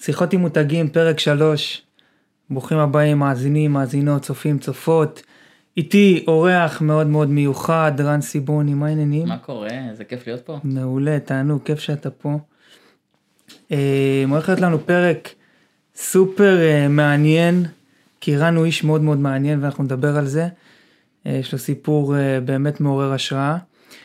שיחות עם מותגים, פרק 3. ברוכים הבאים, מאזינים, מאזינות, צופים, צופות. איתי אורח מאוד מאוד מיוחד, רן סיבוני, מה העניינים? מה קורה? איזה כיף להיות פה. מעולה, תענוג, כיף שאתה פה. הולך להיות לנו פרק סופר מעניין, כי רן הוא איש מאוד מאוד מעניין ואנחנו נדבר על זה. יש לו סיפור באמת מעורר השראה.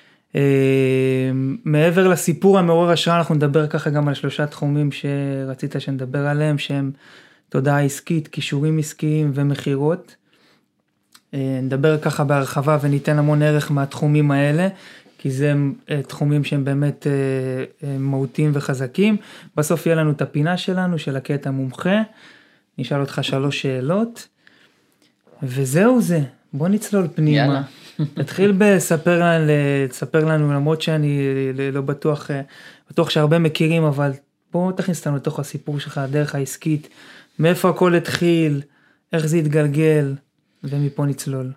מעבר לסיפור המעורר השראה, אנחנו נדבר ככה גם על 3 תחומים שרצית שנדבר עליהם, שהם תודעה עסקית, כישורים עסקיים ומחירות. נדבר ככה בהרחבה וניתן המון ערך מהתחומים האלה, כי זה תחומים שהם באמת מהותיים וחזקים. בסוף יהיה לנו את הפינה שלנו, של הקטע מומחה. נשאל אותך 3 שאלות. וזהו זה. בוא נצלול פנימה. יאללה. תתחיל לספר לנו, למרות שאני לא בטוח שהרבה מכירים, אבל בוא תכניס אותנו לתוך הסיפור שלך, הדרך העסקית. מאיפה הכל התחיל, איך זה התגלגל, ומפה נצלול.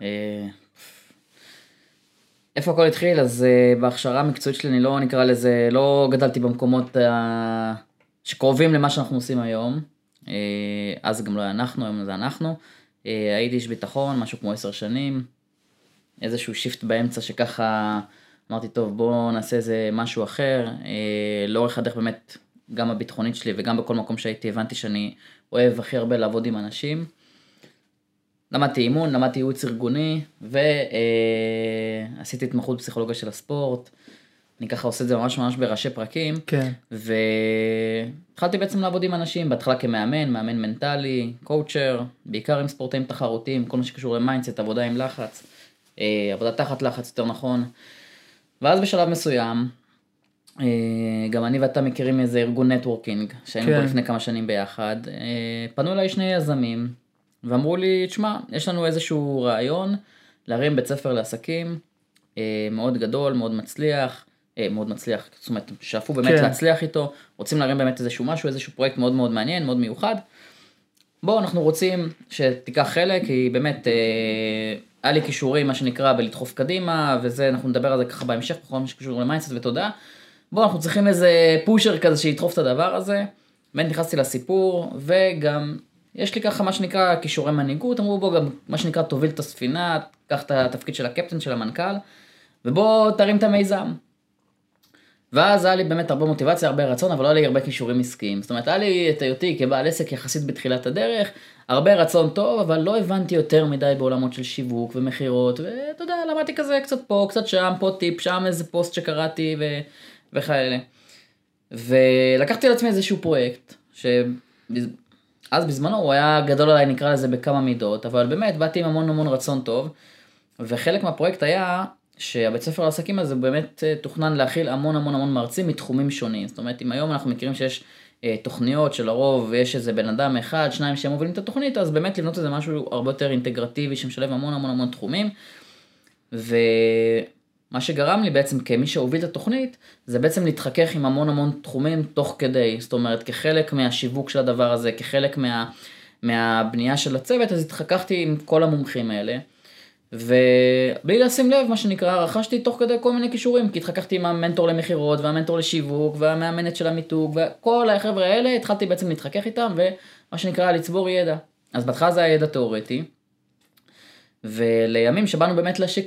איפה הכל התחיל? אז בהכשרה המקצועית שלי, אני לא נקרא לזה, לא גדלתי במקומות שקרובים למה שאנחנו עושים היום. אז גם לא היה אנחנו, היום זה אנחנו. הייתי איש ביטחון, משהו כמו 10 שנים. איזשהו שיפט באמצע שככה אמרתי, טוב, בוא נעשה איזה משהו אחר. לאורך הדרך באמת, גם הביטחונית שלי וגם בכל מקום שהייתי, הבנתי שאני אוהב הכי הרבה לעבוד עם אנשים. למדתי אימון, למדתי ייעוץ ארגוני, ועשיתי התמחות בפסיכולוגיה של הספורט. אני ככה עושה את זה ממש בראשי פרקים. כן. והתחלתי בעצם לעבוד עם אנשים, בהתחלה כמאמן, מאמן מנטלי, קואוצ'ר, בעיקר עם ספורטאים תחרותיים, כל מה שקשור למיינדסט, עבודה עם לחץ, עבודה תחת לחץ יותר נכון. ואז בשלב מסוים, גם אני ואתה מכירים איזה ארגון נטוורקינג, שהיינו פה לפני כמה שנים ביחד, פנו אליי 2 יזמים, ואמרו לי, תשמע, יש לנו איזשהו רעיון, להרים בית ספר לעסקים, מאוד גדול, מאוד מצליח, זאת אומרת, שאפו באמת להצליח איתו, רוצים להרים באמת איזשהו משהו, איזשהו פרויקט מאוד מאוד מעניין, מאוד מיוחד. בואו, אנחנו רוצים שתיקח חלק, כי באמת, היה לי כישורים, מה שנקרא, בלדחוף קדימה, וזה, אנחנו נדבר על זה ככה בהמשך, בכל מה שקשור למיינדסט ותודה. בואו, אנחנו צריכים איזה פושר כזה שידחוף את הדבר הזה. באמת נכנסתי לסיפור, וגם יש לי ככה מה שנקרא כישורי מנהיגות, אמרו בוא גם מה שנקרא תוביל את הספינה, קח את התפקיד של הקפטן, של המנכ"ל, ובוא תרים את המיזם. ואז היה לי באמת הרבה מוטיבציה, הרבה רצון, אבל לא היה לי הרבה כישורים עסקיים. זאת אומרת, היה לי את היותי כבעל עסק יחסית בתחילת הדרך, הרבה רצון טוב, אבל לא הבנתי יותר מדי בעולמות של שיווק ומחירות, ואתה יודע, למדתי כזה קצת פה, קצת שם, פה טיפ, שם איזה פוסט שקראתי וכאלה. ולקחתי לעצמי איזשהו פרויקט, אז בזמנו הוא היה גדול עליי, נקרא לזה בכמה מידות, אבל באמת באתי עם המון רצון טוב, וחלק מהפרויקט היה שהבית ספר לעסקים הזה באמת תוכנן להכיל המון מרצים מתחומים שונים. זאת אומרת, אם היום אנחנו מכירים שיש תוכניות שלרוב ויש איזה בן אדם 1, 2 שהם מובילים את התוכנית, אז באמת לבנות איזה משהו הרבה יותר אינטגרטיבי שמשלב המון תחומים. ומה שגרם לי בעצם כמי שהוביל את התוכנית, זה בעצם להתחכך עם המון תחומים תוך כדי. זאת אומרת, כחלק מהשיווק של הדבר הזה, כחלק מהבנייה של הצוות, אז התחככתי עם כל המומחים האלה. ובלי לשים לב, מה שנקרא, רכשתי תוך כדי כל מיני כישורים, כי התחככתי עם המנטור למחירות, והמנטור לשיווק, והמאמנת של המיתוג, וכל החבר'ה האלה, התחלתי בעצם להתחכך איתם, ומה שנקרא, לצבור ידע. אז בהתחלה זה היה ידע תיאורטי, ולימים שבאנו באמת להשיק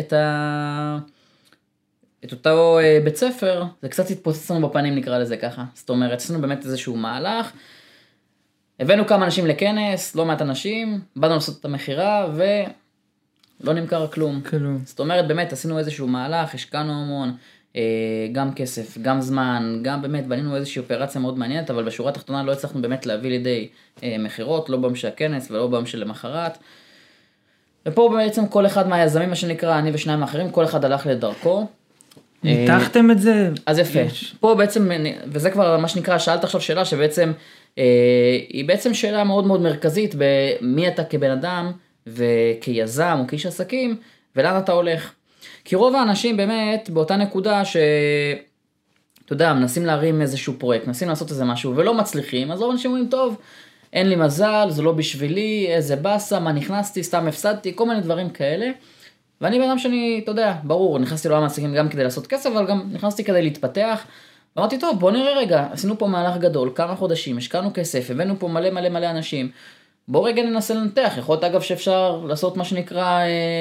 את אותו בית ספר, זה קצת התפוצץ לנו בפנים, נקרא לזה ככה. זאת אומרת, עשינו באמת איזשהו מהלך, הבאנו כמה אנשים לכנס, לא מעט אנשים, באנו לעשות את המחירה, לא נמכר כלום. זאת אומרת, באמת, עשינו איזשהו מהלך, השקענו המון, גם כסף, גם זמן, גם באמת, בנינו איזושהי אופרציה מאוד מעניינת, אבל בשורה התחתונה לא הצלחנו באמת להביא לידי מחירות, לא ביום של הכנס ולא ביום של למחרת. ופה בעצם כל אחד מהיזמים, מה שנקרא, אני ושניים האחרים, כל אחד הלך לדרכו. ניתחתם את זה? אז יפה. פה בעצם, וזה כבר מה שנקרא, שאלת עכשיו שאלה שבעצם, היא בעצם שאלה מאוד מרכזית, במי אתה כבן אדם, וכיזם או כאיש עסקים, ולאן אתה הולך. כי רוב האנשים באמת באותה נקודה אתה יודע, מנסים להרים איזשהו פרויקט, מנסים לעשות איזה משהו ולא מצליחים, אז רוב אנשים אומרים, טוב, אין לי מזל, זה לא בשבילי, איזה בסה, מה נכנסתי, סתם הפסדתי, כל מיני דברים כאלה. ואני בן אדם שאני, אתה יודע, ברור, נכנסתי לעולם העסקים גם כדי לעשות כסף, אבל גם נכנסתי כדי להתפתח, אמרתי, טוב, בוא נראה רגע, עשינו פה מהלך גדול, כמה חודשים, השקענו כסף, הבאנו פה מלא מלא מלא אנשים, בוא רגע ננסה לנתח, יכול להיות אגב שאפשר לעשות מה שנקרא,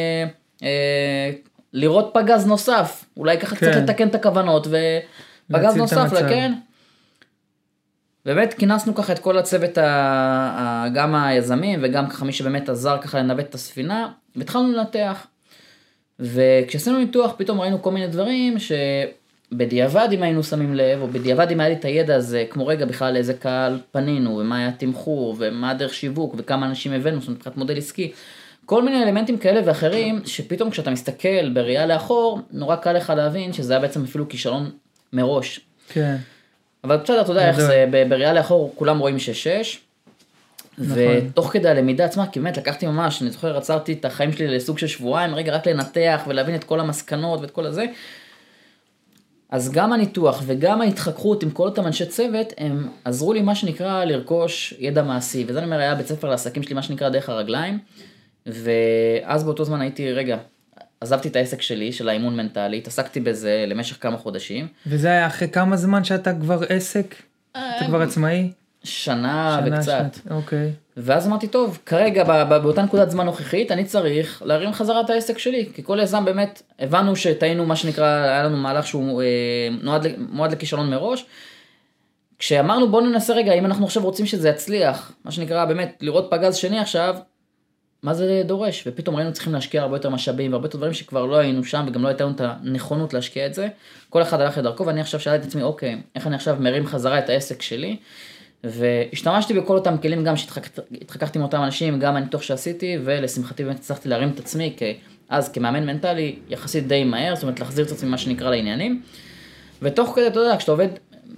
לראות פגז נוסף, אולי ככה קצת לתקן את הכוונות, ופגז נוסף, כן? באמת כינסנו ככה את כל הצוות, גם היזמים, וגם ככה מי שבאמת עזר ככה לנווט את הספינה, והתחלנו לנתח. וכשעשינו ניתוח, פתאום ראינו כל מיני דברים, שבדיעבד אם היינו שמים לב, או בדיעבד אם היה לי את הידע הזה, כמו רגע בכלל לאיזה קהל פנינו, ומה היה תמחור, ומה דרך שיווק, וכמה אנשים הבאנו, זאת אומרת, מבחינת מודל עסקי. כל מיני אלמנטים כאלה ואחרים, שפתאום כשאתה מסתכל בראייה לאחור, נורא קל לך להבין שזה היה בעצם אפילו כישלון מראש. כן. אבל בסדר, אתה יודע איך זה, בראייה לאחור כולם רואים 6-6, ותוך כדי הלמידה עצמה, כי באמת לקחתי ממש, אני זוכר, עצרתי את החיים שלי לסוג של שבועיים, רגע רק לנתח ולהבין את כל המסקנות ואת כל הזה, אז גם הניתוח וגם ההתחככות עם כל אותם אנשי צוות, הם עזרו לי מה שנקרא לרכוש ידע מעשי, וזה אני אומר, היה בית ספר לעסקים שלי מה שנקרא דרך הרגליים, ואז באותו זמן הייתי, רגע, עזבתי את העסק שלי, של האימון מנטלי, התעסקתי בזה למשך כמה חודשים. וזה היה אחרי כמה זמן שאתה כבר עסק? אתה כבר עצמאי? שנה וקצת. אוקיי. ואז אמרתי, טוב, כרגע באותה נקודת זמן נוכחית, אני צריך להרים חזרה את העסק שלי, כי כל יזם באמת, הבנו שטעינו מה שנקרא, היה לנו מהלך שהוא מועד לכישלון מראש, כשאמרנו בוא ננסה רגע, אם אנחנו עכשיו רוצים שזה יצליח, מה שנקרא באמת לראות פגז שני עכשיו, מה זה דורש? ופתאום ראינו צריכים להשקיע הרבה יותר משאבים, והרבה יותר דברים שכבר לא היינו שם, וגם לא הייתה לנו את הנכונות להשקיע את זה. כל אחד הלך לדרכו, ואני עכשיו שאלתי את עצמי, אוקיי, איך אני עכשיו מרים חזרה את העסק שלי? והשתמשתי בכל אותם כלים גם שהתחככתי עם אותם אנשים, גם הניתוח שעשיתי, ולשמחתי באמת הצלחתי להרים את עצמי, אז כמאמן מנטלי, יחסית די מהר, זאת אומרת להחזיר את עצמי מה שנקרא לעניינים. ותוך כדי, אתה יודע, כשאתה עובד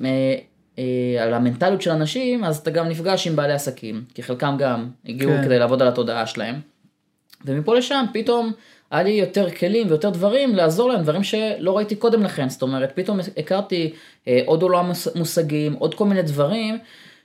על המנטליות של אנשים, אז אתה גם נפגש עם בעלי עסקים, כי חלקם גם הגיעו כדי לעבוד על התודעה שלהם. ומפה לשם פתאום היה לי יותר כלים ויותר דברים לעזור להם, דברים שלא ראיתי קודם לכן, זאת אומרת, פתאום הכרתי עוד עולם מושגים, עוד כל מיני דברים,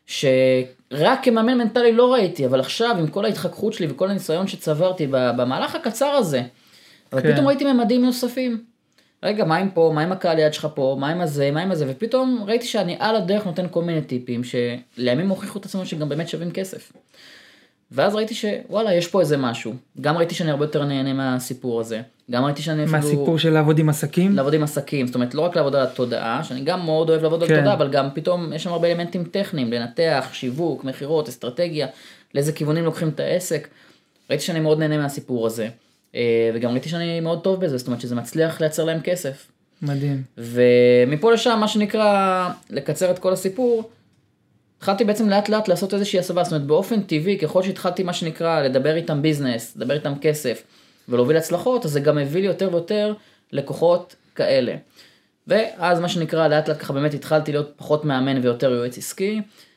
שרק כמאמן מנטלי לא ראיתי, אבל עכשיו עם כל ההתחככות שלי וכל הניסיון שצברתי במהלך הקצר הזה, אבל פתאום ראיתי ממדים נוספים. רגע, מה עם פה, מה עם הקהל יד שלך פה, מה עם הזה, מה עם הזה, ופתאום ראיתי שאני על הדרך נותן כל מיני טיפים, שלימים הוכיחו את עצמם שגם באמת שווים כסף. ואז ראיתי שוואלה, יש פה איזה משהו. גם ראיתי שאני הרבה יותר נהנה מהסיפור הזה. גם ראיתי שאני אפילו... מהסיפור של לעבוד עם עסקים? לעבוד עם עסקים, זאת אומרת, לא רק לעבוד על התודעה, שאני גם מאוד אוהב לעבוד על תודעה, אבל גם פתאום יש שם הרבה אלמנטים טכניים, לנתח, שיווק, מחירות, אסטרטגיה, לאיזה כיוונים לוקחים את העסק. ראיתי שאני מאוד נהנה מהסיפור הזה. וגם ראיתי שאני מאוד טוב בזה, זאת אומרת שזה מצליח לייצר להם כסף. מדהים. ומפה לשם, מה שנקרא, לקצר את כל הסיפור, התחלתי בעצם לאט לאט לעשות איזושהי הסבה, זאת אומרת באופן טבעי, ככל שהתחלתי מה שנקרא, לדבר איתם ביזנס, לדבר איתם כסף, ולהוביל הצלחות, אז זה גם הביא לי יותר ויותר לקוחות כאלה. ואז מה שנקרא, לאט לאט ככה באמת התחלתי להיות פחות מאמן ויותר יועץ עסקי,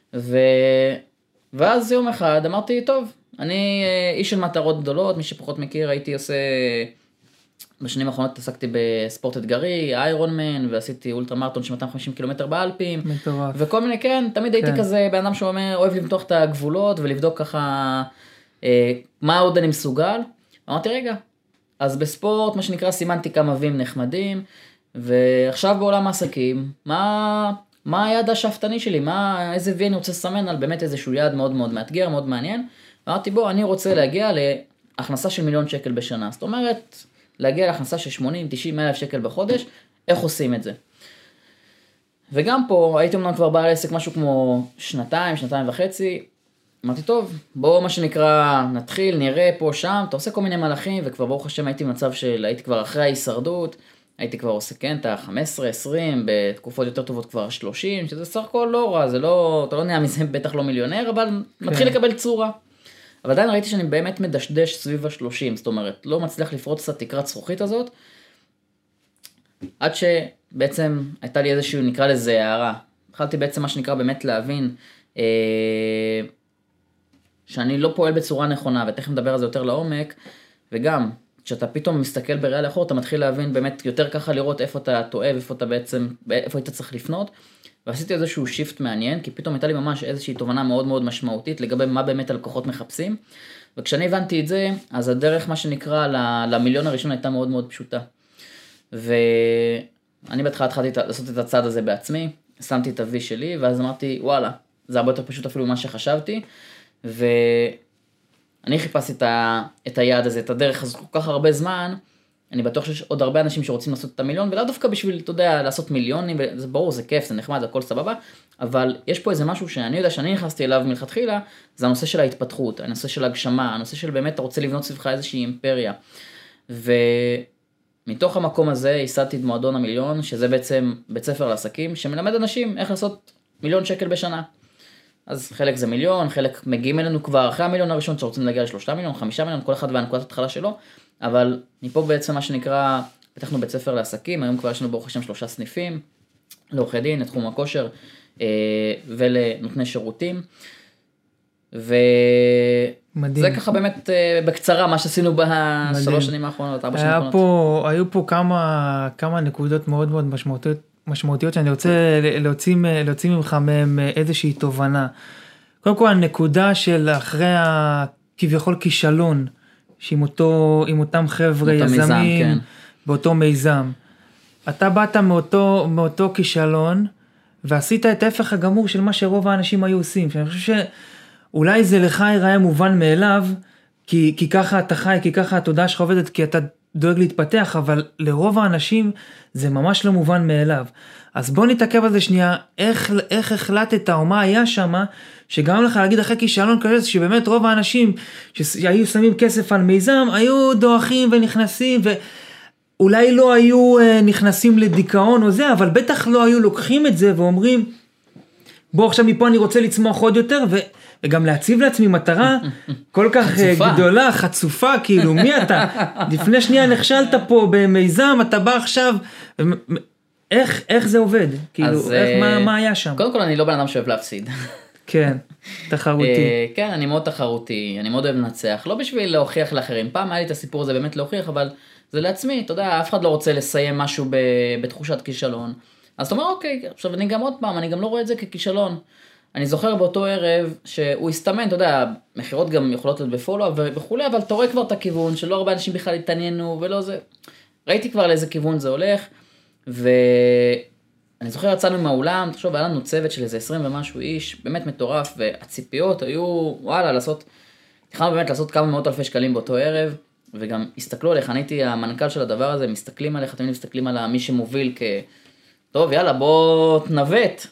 ואז יום אחד אמרתי, טוב, אני איש של מטרות גדולות, מי שפחות מכיר, הייתי עושה, בשנים האחרונות התעסקתי בספורט אתגרי, איירון מן, ועשיתי אולטרה מרתון של 250 קילומטר באלפים. מטורף. וכל מיני, כן, תמיד הייתי כזה בן אדם שאומר, אוהב למתוח את הגבולות, ולבדוק ככה, מה עוד אני מסוגל. אמרתי, רגע, אז בספורט, מה שנקרא, סימנתי כמה וים נחמדים, ועכשיו בעולם העסקים, מה היעד השאפתני שלי? איזה וי אני רוצה לסמן על באמת איזשהו יעד מאוד מאוד מאתגר, מאוד מעניין. אמרתי, בוא, אני רוצה להגיע להכנסה של 1,000,000 שקל בשנה. זאת אומרת, להגיע להכנסה של 80-90 אלף שקל בחודש, איך עושים את זה? וגם פה, הייתי אומנם כבר בעל עסק משהו כמו שנתיים וחצי, אמרתי, טוב, בוא מה שנקרא, נתחיל, נראה פה, שם, אתה עושה כל מיני מהלכים, וכבר ברוך השם הייתי במצב הייתי כבר אחרי ההישרדות, הייתי כבר עושה כן, את ה-15-20, בתקופות יותר טובות כבר 30, שזה סך הכל לא רע, זה לא, אתה לא נהיה מזה בטח לא מיליונר, אבל מתחיל לקבל צורה. אבל עדיין ראיתי שאני באמת מדשדש סביב ה-30, זאת אומרת, לא מצליח לפרוץ את התקרת זכוכית הזאת, עד שבעצם הייתה לי איזשהו, נקרא לזה הערה. התחלתי בעצם מה שנקרא באמת להבין, שאני לא פועל בצורה נכונה, ותכף נדבר על זה יותר לעומק, וגם, כשאתה פתאום מסתכל בראייה לאחור, אתה מתחיל להבין באמת יותר ככה לראות איפה אתה טועה, איפה היית צריך לפנות, ועשיתי איזשהו שיפט מעניין, כי פתאום הייתה לי ממש איזושהי תובנה מאוד מאוד משמעותית, לגבי מה באמת הלקוחות מחפשים, וכשאני הבנתי את זה, אז הדרך מה שנקרא למיליון הראשון הייתה מאוד מאוד פשוטה. ואני בהתחלה התחלתי לעשות את הצעד הזה בעצמי, שמתי את ה-V שלי, ואז אמרתי, וואלה, זה הרבה יותר פשוט אפילו ממה שחשבתי, ואני חיפשתי את היעד הזה, את הדרך הזו כל כך הרבה זמן, אני בטוח שיש עוד הרבה אנשים שרוצים לעשות את המיליון, ולא דווקא בשביל, אתה יודע, לעשות מיליונים, זה ברור, זה כיף, זה נחמד, זה הכל סבבה, אבל יש פה איזה משהו שאני יודע שאני נכנסתי אליו מלכתחילה, זה הנושא של ההתפתחות, הנושא של הגשמה, הנושא של באמת אתה רוצה לבנות סביבך איזושהי אימפריה, ומתוך המקום הזה ייסדתי את מועדון המיליון, שזה בעצם בית ספר לעסקים, שמלמד אנשים איך לעשות $1,000,000 בשנה. אז חלק זה מיליון, חלק מגיעים אלינו כבר אחרי המיליון הראשון, שרוצים להגיע ל3 מיליון, 5 מיליון, כל אחד והנקודת התחלה שלו, אבל מפה בעצם מה שנקרא, פתחנו בית ספר לעסקים, היום כבר יש לנו ברוך השם 3 סניפים, לעורכי דין, לתחום הכושר, ולנותני שירותים, וזה ככה באמת בקצרה מה שעשינו בשלוש שנים האחרונות, 4 שנים האחרונות. היו פה כמה נקודות מאוד מאוד משמעותיות שאני רוצה להוציא ממך מהם איזושהי תובנה. קודם כל הנקודה של אחרי כביכול כישלון, שעם אותם חבר'ה יזמים, באותו מיזם. אתה באת מאותו כישלון, ועשית את ההפך הגמור של מה שרוב האנשים היו עושים. שאני חושב שאולי זה לך ייראה מובן מאליו, כי ככה אתה חי, כי ככה התודעה שלך עובדת, כי אתה דואג להתפתח, אבל לרוב האנשים זה ממש לא מובן מאליו. אז בוא נתעכב על זה שנייה, איך החלטת או מה היה שמה, שגם לך להגיד אחרי כישלון כזה, שבאמת רוב האנשים שהיו שמים כסף על מיזם, היו דואחים ונכנסים, ואולי לא היו נכנסים לדיכאון או זה, אבל בטח לא היו לוקחים את זה ואומרים, בוא עכשיו מפה אני רוצה לצמוח עוד יותר, וגם להציב לעצמי מטרה כל כך גדולה, חצופה, כאילו מי אתה? לפני שנייה נכשלת פה במיזם, אתה בא עכשיו, איך זה עובד? כאילו, מה היה שם? קודם כל אני לא בן אדם שאוהב להפסיד. כן, תחרותי. כן, אני מאוד תחרותי, אני מאוד אוהב לנצח, לא בשביל להוכיח לאחרים, פעם היה לי את הסיפור הזה באמת להוכיח, אבל זה לעצמי, אתה יודע, אף אחד לא רוצה לסיים משהו בתחושת כישלון, אז אתה אומר, אוקיי, עכשיו אני גם עוד פעם, אני גם לא רואה את זה ככישלון, אני זוכר באותו ערב שהוא הסתמן, אתה יודע, מחירות גם יכולות להיות בפולו וכולי, אבל אתה רואה כבר את הכיוון, שלא הרבה אנשים בכלל התעניינו ולא זה, ראיתי כבר לאיזה כיוון זה הולך, אני זוכר יצאנו מהאולם, תחשוב, היה לנו צוות של איזה 20 ומשהו איש, באמת מטורף, והציפיות היו, וואלה, התחלנו באמת לעשות כמה מאות אלפי שקלים באותו ערב, וגם הסתכלו עליך, אני הייתי המנכ"ל של הדבר הזה, מסתכלים עליך, תמיד מסתכלים על מי שמוביל טוב, יאללה, בוא תנווט.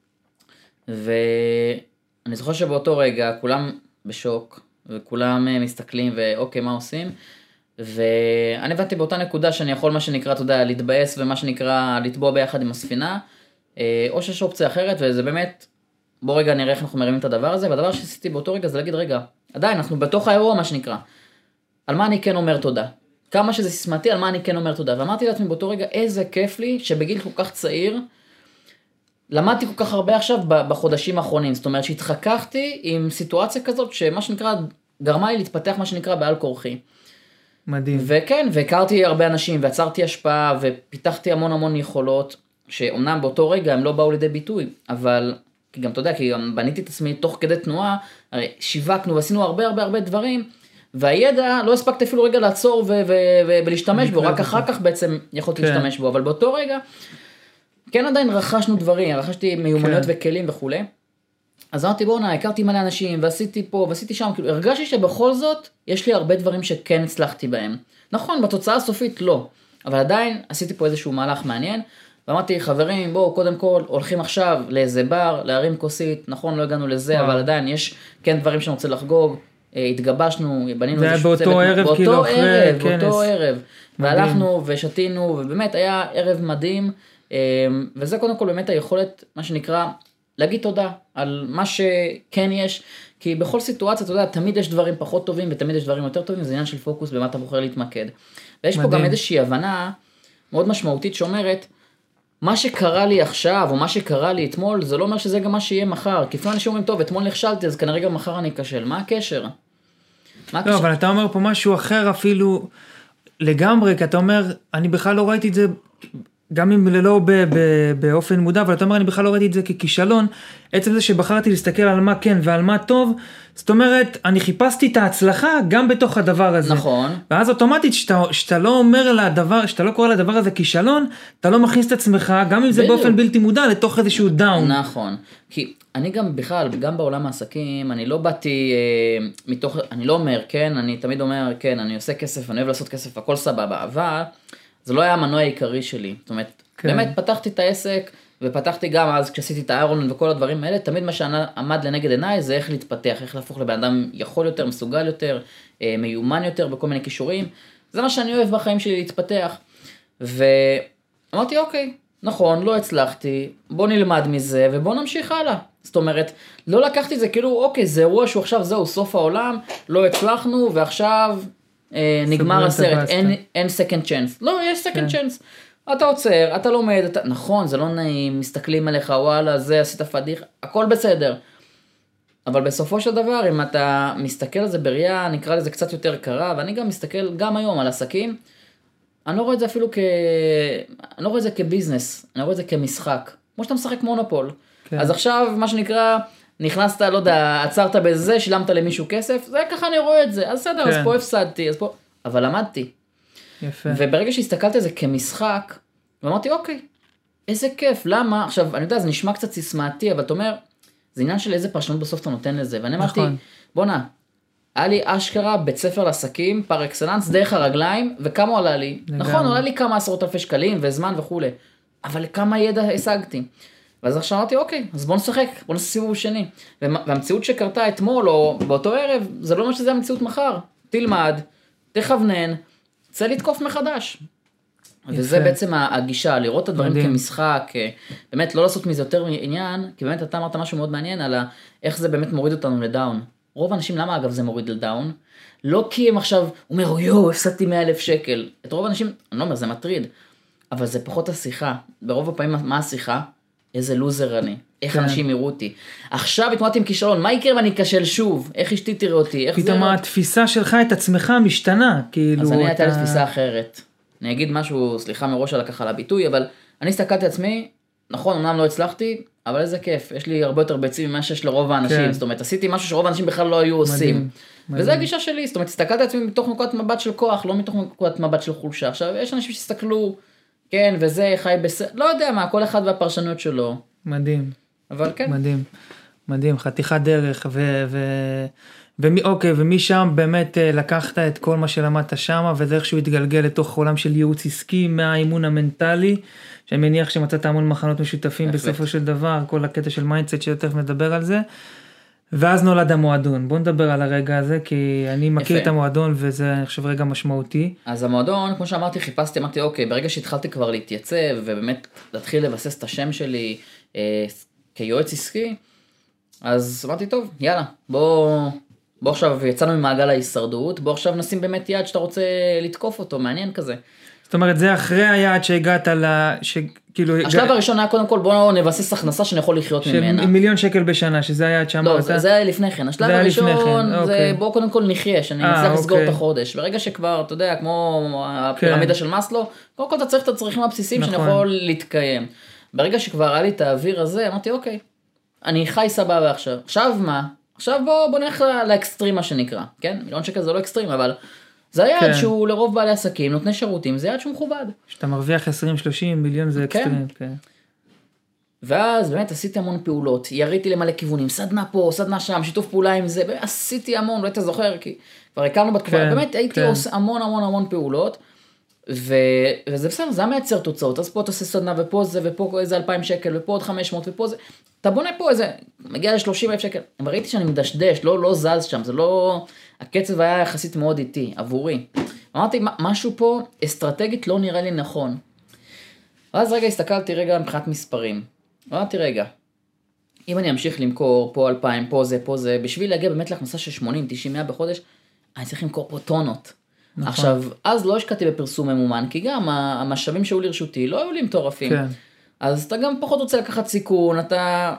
ואני זוכר שבאותו רגע, כולם בשוק, וכולם מסתכלים, ואוקיי, מה עושים? ואני הבנתי באותה נקודה שאני יכול מה שנקרא, אתה יודע, להתבאס ומה שנקרא לטבוע ביחד עם הספינה, או שיש אופציה אחרת, וזה באמת, בוא רגע נראה איך אנחנו מרימים את הדבר הזה, והדבר שעשיתי באותו רגע זה להגיד, רגע, עדיין, אנחנו בתוך האירוע מה שנקרא, על מה אני כן אומר תודה, כמה שזה סיסמתי, על מה אני כן אומר תודה, ואמרתי לעצמי באותו רגע, איזה כיף לי שבגיל כל כך צעיר, למדתי כל כך הרבה עכשיו בחודשים האחרונים, זאת אומרת שהתחככתי עם סיטואציה כזאת, שמה שנקרא, גרמה לי להתפתח מה שנקרא בעל כורחי. מדהים. וכן, והכרתי הרבה אנשים, ועצרתי השפעה, ופיתחתי המון יכולות, שאומנם באותו רגע הם לא באו לידי ביטוי, אבל, כי גם אתה יודע, כי גם בניתי את עצמי תוך כדי תנועה, הרי שיווקנו ועשינו הרבה דברים, והידע לא הספקתי אפילו רגע לעצור ולהשתמש בו, רק אחר כך בעצם יכולתי להשתמש בו, אבל באותו רגע, כן עדיין רכשנו דברים, רכשתי מיומנויות וכלים וכו'. אז אמרתי בוא'נה, הכרתי מלא אנשים, ועשיתי פה, ועשיתי שם, כאילו, הרגשתי שבכל זאת, יש לי הרבה דברים שכן הצלחתי בהם. נכון, בתוצאה הסופית לא, אבל עדיין עשיתי פה איזשהו מהלך מעניין, ואמרתי, חברים, בואו, קודם כל, הולכים עכשיו לאיזה בר, להרים כוסית, נכון, לא הגענו לזה, אבל עדיין יש כן דברים שאני רוצה לחגוג, התגבשנו, בנינו איזשהו צוות. באותו ערב, והלכנו ושתינו, ובאמת היה ערב מדהים, וזה קודם כל באמת היכולת, מה שנקרא, להגיד תודה על מה שכן יש, כי בכל סיטואציה, אתה יודע, תמיד יש דברים פחות טובים, ותמיד יש דברים יותר טובים, זה עניין של פוקוס, במה אתה בוחר להתמקד. ויש פה גם איזושהי הבנה מאוד משמעותית שאומרת, מה שקרה לי עכשיו, או מה שקרה לי אתמול, זה לא אומר שזה גם מה שיהיה מחר, כי לפעמים אנשים אומרים, טוב, אתמול נכשלתי, אז כנראה גם מחר אני אכשל. מה הקשר? לא, אבל אתה אומר פה משהו אחר אפילו לגמרי, כי אתה אומר, אני בכלל לא ראיתי את זה גם אם לא באופן מודע, אבל אתה אומר, אני בכלל לא ראיתי את זה ככישלון, עצם זה שבחרתי להסתכל על מה כן ועל מה טוב, זאת אומרת, אני חיפשתי את ההצלחה גם בתוך הדבר הזה. נכון. ואז אוטומטית, שאתה לא אומר לדבר, שאתה לא קורא לדבר הזה כישלון, אתה לא מכניס את עצמך, גם אם זה באופן בלתי מודע, לתוך איזשהו דאון. נכון. כי אני גם בכלל, גם בעולם העסקים, אני לא באתי מתוך, אני לא אומר, כן, אני תמיד אומר, כן, אני עושה כסף, אני אוהב לעשות כסף, הכל סבבה, אבל זה לא היה המנוע העיקרי שלי. זאת אומרת, באמת פתחתי את העסק, ופתחתי גם אז כשעשיתי את האיירון וכל הדברים האלה, תמיד מה שעמד לנגד עיניי זה איך להתפתח, איך להפוך לבן אדם יכול יותר, מסוגל יותר, מיומן יותר בכל מיני כישורים. זה מה שאני אוהב בחיים שלי, להתפתח. ואמרתי, אוקיי, נכון, לא הצלחתי, בוא נלמד מזה ובוא נמשיך הלאה. זאת אומרת, לא לקחתי את זה כאילו, אוקיי, זה אירוע שהוא עכשיו זהו, סוף העולם, לא הצלחנו ועכשיו נגמר הסרט, אין second chance. לא, יש second chance. אתה עוצר, אתה לומד, נכון, זה לא נעים, מסתכלים עליך, וואלה, זה עשית פדיח, הכל בסדר. אבל בסופו של דבר, אם אתה מסתכל על זה בראייה, נקרא לזה קצת יותר קרה, ואני גם מסתכל גם היום על עסקים, אני לא רואה את זה אפילו אני לא רואה את זה כביזנס, אני רואה את זה כמשחק. כמו שאתה משחק מונופול. כן. אז עכשיו, מה שנקרא, נכנסת, לא יודע, עצרת בזה, שילמת למישהו כסף, זה ככה אני רואה את זה. אז בסדר, כן. אז פה הפסדתי, אז פה... אבל למדתי. יפה. וברגע שהסתכלתי על זה כמשחק, ואמרתי, אוקיי, איזה כיף, למה? עכשיו, אני יודע, זה נשמע קצת סיסמאתי, אבל אתה אומר, זה עניין של איזה פרשנות בסוף אתה נותן לזה. ואני אמרתי, בונה, היה לי אשכרה בית ספר לעסקים, פר אקסלנס, דרך הרגליים, וכמה עולה לי? נכון, עולה לי כמה עשרות אלפי שקלים, וזמן וכו'. אבל כמה ידע השגתי. ואז עכשיו אמרתי, אוקיי, אז בוא נשחק, בוא נעשה סיבוב שני. והמציאות שקרתה אתמול, או באותו ערב, זה לא אומר שזה המציאות מחר. תלמד, תכוונן, צא לתקוף מחדש. וזה בעצם הגישה, לראות את הדברים כמשחק, באמת לא לעשות מזה יותר עניין, כי באמת אתה אמרת משהו מאוד מעניין על איך זה באמת מוריד אותנו לדאון. רוב האנשים, למה אגב זה מוריד לדאון? לא כי הם עכשיו אומר, יו, הפסדתי 100,000 שקל. את רוב האנשים, אני לא אומר, זה מטריד, אבל זה פחות השיחה. ברוב הפעמים, מה השיחה? איזה לוזר אני. איך אנשים יראו אותי. עכשיו התמודדתי עם כישלון, מה יקרה אם אני אכשל שוב? איך אשתי תראה אותי? פתאום התפיסה שלך את עצמך משתנה, כאילו... אז אני הייתה לי תפיסה אחרת. אני אגיד משהו, סליחה מראש על ככה לביטוי, אבל אני הסתכלתי עצמי, נכון, אמנם לא הצלחתי, אבל איזה כיף, יש לי הרבה יותר ביצים ממה שיש לרוב האנשים, זאת אומרת, עשיתי משהו שרוב האנשים בכלל לא היו עושים. וזה הגישה שלי, זאת אומרת, הסתכלתי עצמי מתוך נקודת מבט של כוח, לא מתוך נקודת מבט של חולשה. עכשיו, יש אנשים שהסתכלו, כן, וזה חי לא יודע מה, כל אחד והפרשנות שלו. מדהים. אבל כן. מדהים, מדהים, חתיכת דרך, אוקיי, ומשם באמת לקחת את כל מה שלמדת שם, וזה איכשהו התגלגל לתוך עולם של ייעוץ עסקי, מהאימון המנטלי, שאני מניח שמצאת המון מחנות משותפים בסופו של דבר, כל הקטע של מיינדסט שיותר מדבר על זה, ואז נולד המועדון. בוא נדבר על הרגע הזה, כי אני מכיר את המועדון, וזה אני חושב רגע משמעותי. אז המועדון, כמו שאמרתי, חיפשתי, אמרתי, אוקיי, ברגע שהתחלתי כבר להתייצב, ובאמת להתחיל לבסס את השם שלי כיועץ עסקי, אז אמרתי, טוב, יאללה, בוא עכשיו יצאנו ממעגל ההישרדות, בוא עכשיו נשים באמת יעד שאתה רוצה לתקוף אותו, מעניין כזה. זאת אומרת, זה אחרי היעד שהגעת השלב הראשון היה קודם כל, בוא נבסס הכנסה שאני יכול לחיות ממנה. של 1,000,000 שקל בשנה, שזה היעד שאמרת. לא, זה היה לפני כן. השלב הראשון, זה בוא קודם כל נחיה, שאני מצליח לסגור את החודש. ברגע שכבר, אתה יודע, כמו הפירמידה של מאסלו, קודם כל אתה צריך את הצרכים הבסיסיים שאני יכול להתקיים. ברגע שכבר היה לי את האוויר הזה, אמרתי, אוקיי, אני חי סבבה עכשיו. עכשיו מה? עכשיו בוא נלך לאקסטרים מה שנקרא, כן? 1,000,000 שקל זה לא אקסטרים, אבל זה היעד שהוא לרוב בעלי עסקים, נותני שירותים, זה יעד שהוא מכובד. שאתה מרוויח 20-30 מיליון זה אקסטרים, כן. ואז באמת עשיתי המון פעולות, יריתי למלא כיוונים, סדנה פה, סדנה שם, שיתוף פעולה עם זה, עשיתי המון, לא היית זוכר, כי כבר הכרנו בתקופה, באמת הייתי עושה המון פעולות, וזה בסדר, זה מייצר תוצאות, אז פה אתה עושה סדנה ופה זה, ופה איזה 2,000 שקל, ופה עוד 500, ופה זה, אתה בונה פה איזה, מגיע ל30,000 שקל, אבל ראיתי שאני מדשדש, לא זז שם, זה לא, הקצב היה יחסית מאוד איטי, עבורי. אמרתי, משהו פה אסטרטגית לא נראה לי נכון. אז רגע הסתכלתי מבחינת מספרים, אמרתי רגע, אם אני אמשיך למכור פה 2,000, פה זה, בשביל להגיע באמת להכנסה של 80, 90, 100 בחודש, אני צריך למכור פה טונות. נכון. עכשיו, אז לא השקעתי בפרסום ממומן, כי גם המשאבים שהיו לרשותי לא היו לי מטורפים. כן. אז אתה גם פחות רוצה לקחת סיכון, אתה...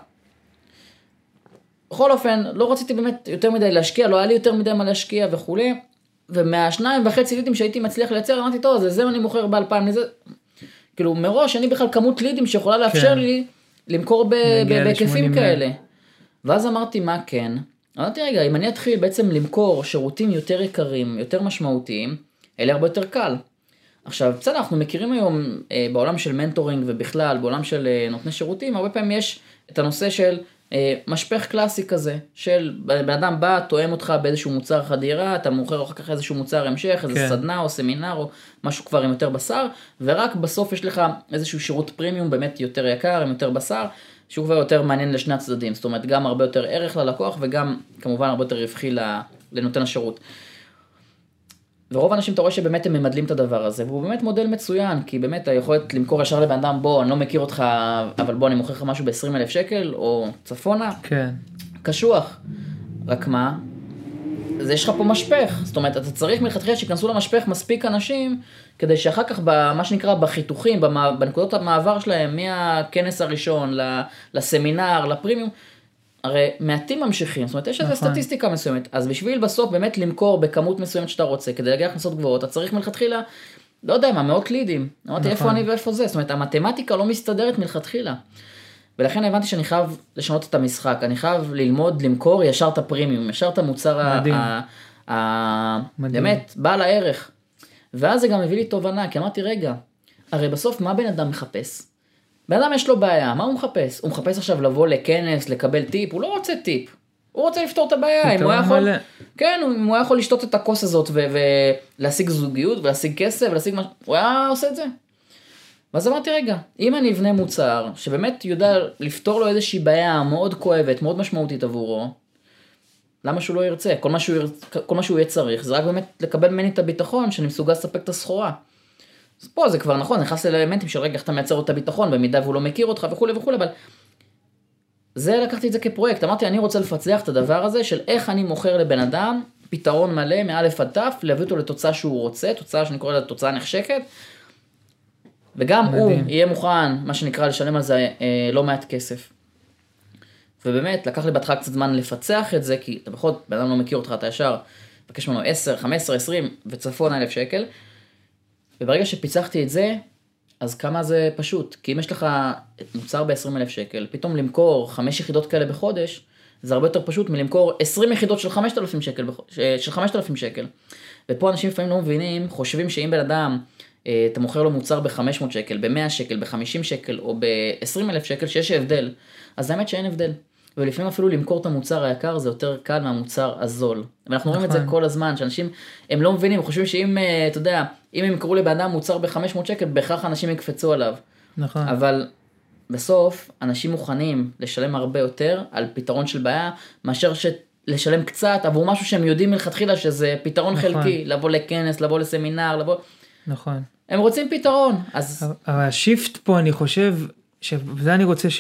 בכל אופן, לא רציתי באמת יותר מדי להשקיע, לא היה לי יותר מדי מה להשקיע וכו'. ומ2.5 ליטים שהייתי מצליח לייצר, אמרתי, טוב, זה אני מוכר ב2,000 לזה. כאילו מראש אני בכלל כמות לידים שיכולה לאפשר לי למכור בהיקפים כאלה. ואז אמרתי מה כן? אמרתי רגע, אם אני אתחיל בעצם למכור שירותים יותר יקרים, יותר משמעותיים, אלה הרבה יותר קל. עכשיו, בסדר, אנחנו מכירים היום בעולם של מנטורינג ובכלל, בעולם של נותני שירותים, הרבה פעמים יש את הנושא של משפך קלאסי כזה, של בן אדם בא, תואם אותך באיזשהו מוצר חדירה, אתה מוכר אחר כך איזשהו מוצר המשך, איזה סדנה או סמינר או משהו כבר עם יותר בשר, ורק בסוף יש לך איזשהו שירות פרימיום באמת יותר יקר, עם יותר בשר, שהוא כבר יותר מעניין לשני הצדדים, זאת אומרת גם הרבה יותר ערך ללקוח וגם כמובן הרבה יותר רווחי לנותן השירות. ורוב האנשים אתה רואה שבאמת הם ממדלים את הדבר הזה, והוא באמת מודל מצוין, כי באמת היכולת למכור ישר לבן אדם, בוא, אני לא מכיר אותך, אבל בוא, אני מוכר לך משהו ב-20,000 שקל, או צפונה, כן. קשוח. רק מה? אז יש לך פה משפך, זאת אומרת, אתה צריך מלכתחילה שיכנסו למשפך מספיק אנשים, כדי שאחר כך, מה שנקרא, בחיתוכים, בנקודות המעבר שלהם, מהכנס הראשון, לסמינר, לפרימיום, הרי מעטים ממשיכים, זאת אומרת, יש איזו סטטיסטיקה מסוימת, אז בשביל בסוף באמת למכור בכמות מסוימת שאתה רוצה, כדי להגיע הכנסות גבוהות, אתה צריך מלכתחילה, לא יודע מה, מאות לידים, אמרתי איפה אני ואיפה זה, זאת אומרת, המתמטיקה לא מסתדרת מלכתחילה, ולכן הבנתי שאני חייב לשנות את המשחק, אני חייב ללמוד, למכור ישר את הפרימיום, ישר את המוצר באמת, בעל הערך, ואז זה גם הביא לי תובנה, כי אמרתי רגע, הרי בסוף מה בן אדם מחפש? בן אדם יש לו בעיה, מה הוא מחפש? הוא מחפש עכשיו לבוא לכנס, לקבל טיפ, הוא לא רוצה טיפ, הוא רוצה לפתור את הבעיה, אם הוא יכול, כן, אם הוא יכול לשתות את הכוס הזאת ולהשיג זוגיות ולהשיג כסף ולהשיג משהו, הוא היה עושה את זה. ואז אמרתי רגע, אם אני אבנה מוצר שבאמת יודע לפתור לו איזושהי בעיה מאוד כואבת, מאוד משמעותית עבורו, למה שהוא לא ירצה? כל מה שהוא יהיה צריך, זה רק באמת לקבל ממני את הביטחון שאני מסוגל לספק את הסחורה. אז פה זה כבר נכון, נכנס לאלמנטים של רגע, איך אתה מייצר את הביטחון, במידה והוא לא מכיר אותך וכו' וכו', אבל זה לקחתי את זה כפרויקט, אמרתי אני רוצה לפצח את הדבר הזה של איך אני מוכר לבן אדם, פתרון מלא מאלף עד תף, להביא אותו לתוצאה שהוא רוצה, תוצאה שאני קורא לה תוצאה נחשקת, וגם הוא יהיה מוכן, מה שנקרא, לשלם על זה לא מעט כסף. ובאמת, לקח לי בהתחלה קצת זמן לפצח את זה, כי אתה בכל, בן אדם לא מכיר אותך, אתה ישר, מבקש ממנו 10, 15, 20 וצפון 1,000 שקל, וברגע שפיצחתי את זה, אז כמה זה פשוט, כי אם יש לך מוצר ב-20,000 שקל, פתאום למכור 5 יחידות כאלה בחודש, זה הרבה יותר פשוט מלמכור 20 יחידות של 5,000 שקל, של 5,000 שקל. ופה אנשים לפעמים לא מבינים, חושבים שאם בן אדם, אתה מוכר לו מוצר ב-500 שקל, ב-100 שקל, ב-50 שקל, או ב-20,000 שקל, שיש הבדל. אז האמת שאין הבדל. ולפעמים אפילו למכור את המוצר היקר, זה יותר קל מהמוצר הזול. ואנחנו רואים את זה כל הזמן, שאנשים, הם לא מבינים, חושבים שאם, אתה יודע, אם הם יקראו לבן אדם מוצר ב-500 שקל, בהכרח אנשים יקפצו עליו. נכון. אבל בסוף, אנשים מוכנים לשלם הרבה יותר על פתרון של בעיה, מאשר לשלם קצת עבור משהו שהם יודעים מלכתחילה שזה פתרון חלקי, לבוא לכנס, לבוא לסמינר, לבוא... נכון. הם רוצים פתרון, אז... אבל השיפט פה, אני חושב, וזה אני רוצה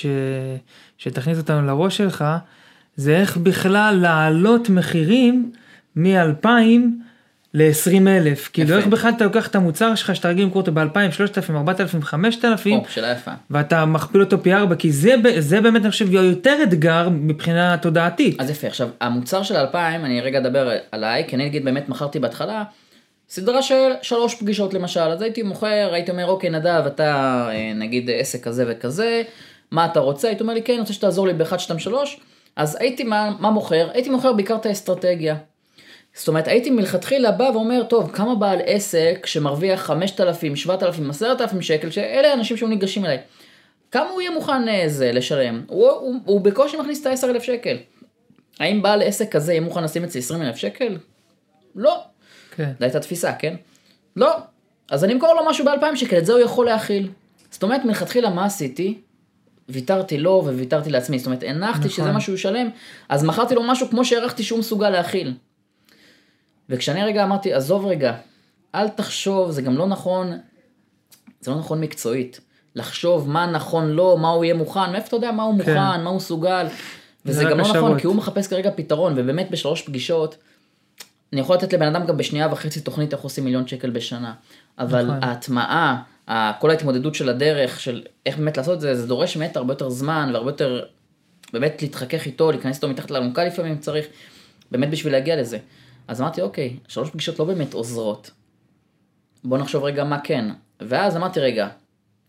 שתכניס אותנו לראש שלך, זה איך בכלל לעלות מחירים מ-2,000 ל-20,000. כאילו איך בכלל אתה לוקח את המוצר שלך, שאתה רגיל למכור אותו ב-2,000, 3,000, 4,000, 5,000, שאלה יפה. ואתה מכפיל אותו פי 4, כי זה באמת אני חושב יותר אתגר מבחינה תודעתית. אז יפה, עכשיו המוצר של 2,000, אני רגע אדבר עליי, כי אני אגיד באמת מכרתי בהתחלה, סדרה של 3 פגישות למשל, אז הייתי מוכר, הייתי אומר, אוקיי נדב, אתה נגיד עסק כזה וכזה, מה אתה רוצה? הייתי אומר לי, כן, אני רוצה שתעזור לי ב-1, 2, 3, אז הייתי מה מוכר? הייתי מוכר בעיקר את האסטרטגיה. זאת אומרת, הייתי מלכתחילה בא ואומר, טוב, כמה בעל עסק שמרוויח 5,000, 7,000, 10,000 שקל, שאלה האנשים שהוא ניגשים אליי, כמה הוא יהיה מוכן לשלם? הוא בקושי מכניס את 10,000 שקל. האם בעל עסק כזה יהיה מוכן לשים את זה 20,000 שקל? לא. כן. זו הייתה תפיסה, כן? לא. אז אני אמכור לו משהו ב2,000 שקל, את זה הוא יכול להכיל. זאת אומרת, מלכתחילה מה עשיתי? ויתרתי לו וויתרתי לעצמי. זאת אומרת, הנחתי שזה משהו ישלם, אז מכרתי לו משהו כמו שהערכתי שהוא מסוגל להכיל. וכשאני רגע אמרתי, עזוב רגע, אל תחשוב, זה גם לא נכון, זה לא נכון מקצועית. לחשוב מה נכון לו, מה הוא יהיה מוכן, מאיפה אתה יודע מה הוא מוכן, מה הוא סוגל. וזה גם לא נכון, כי הוא מחפש כרגע פתרון, ובאמת ב3 פגישות, אני יכול לתת לבן אדם גם ב2.5 תוכנית איך עושים 1,000,000 שקל בשנה, אבל ההטמעה, כל ההתמודדות של הדרך, של איך באמת לעשות את זה, זה דורש באמת הרבה יותר זמן, והרבה יותר, באמת להתחכך איתו, להיכנס איתו מתחת לאלונקה לפעמים צריך, באמת בשביל להגיע לזה. אז אמרתי, אוקיי, 3 פגישות לא באמת עוזרות. בוא נחשוב רגע מה כן. ואז אמרתי, רגע,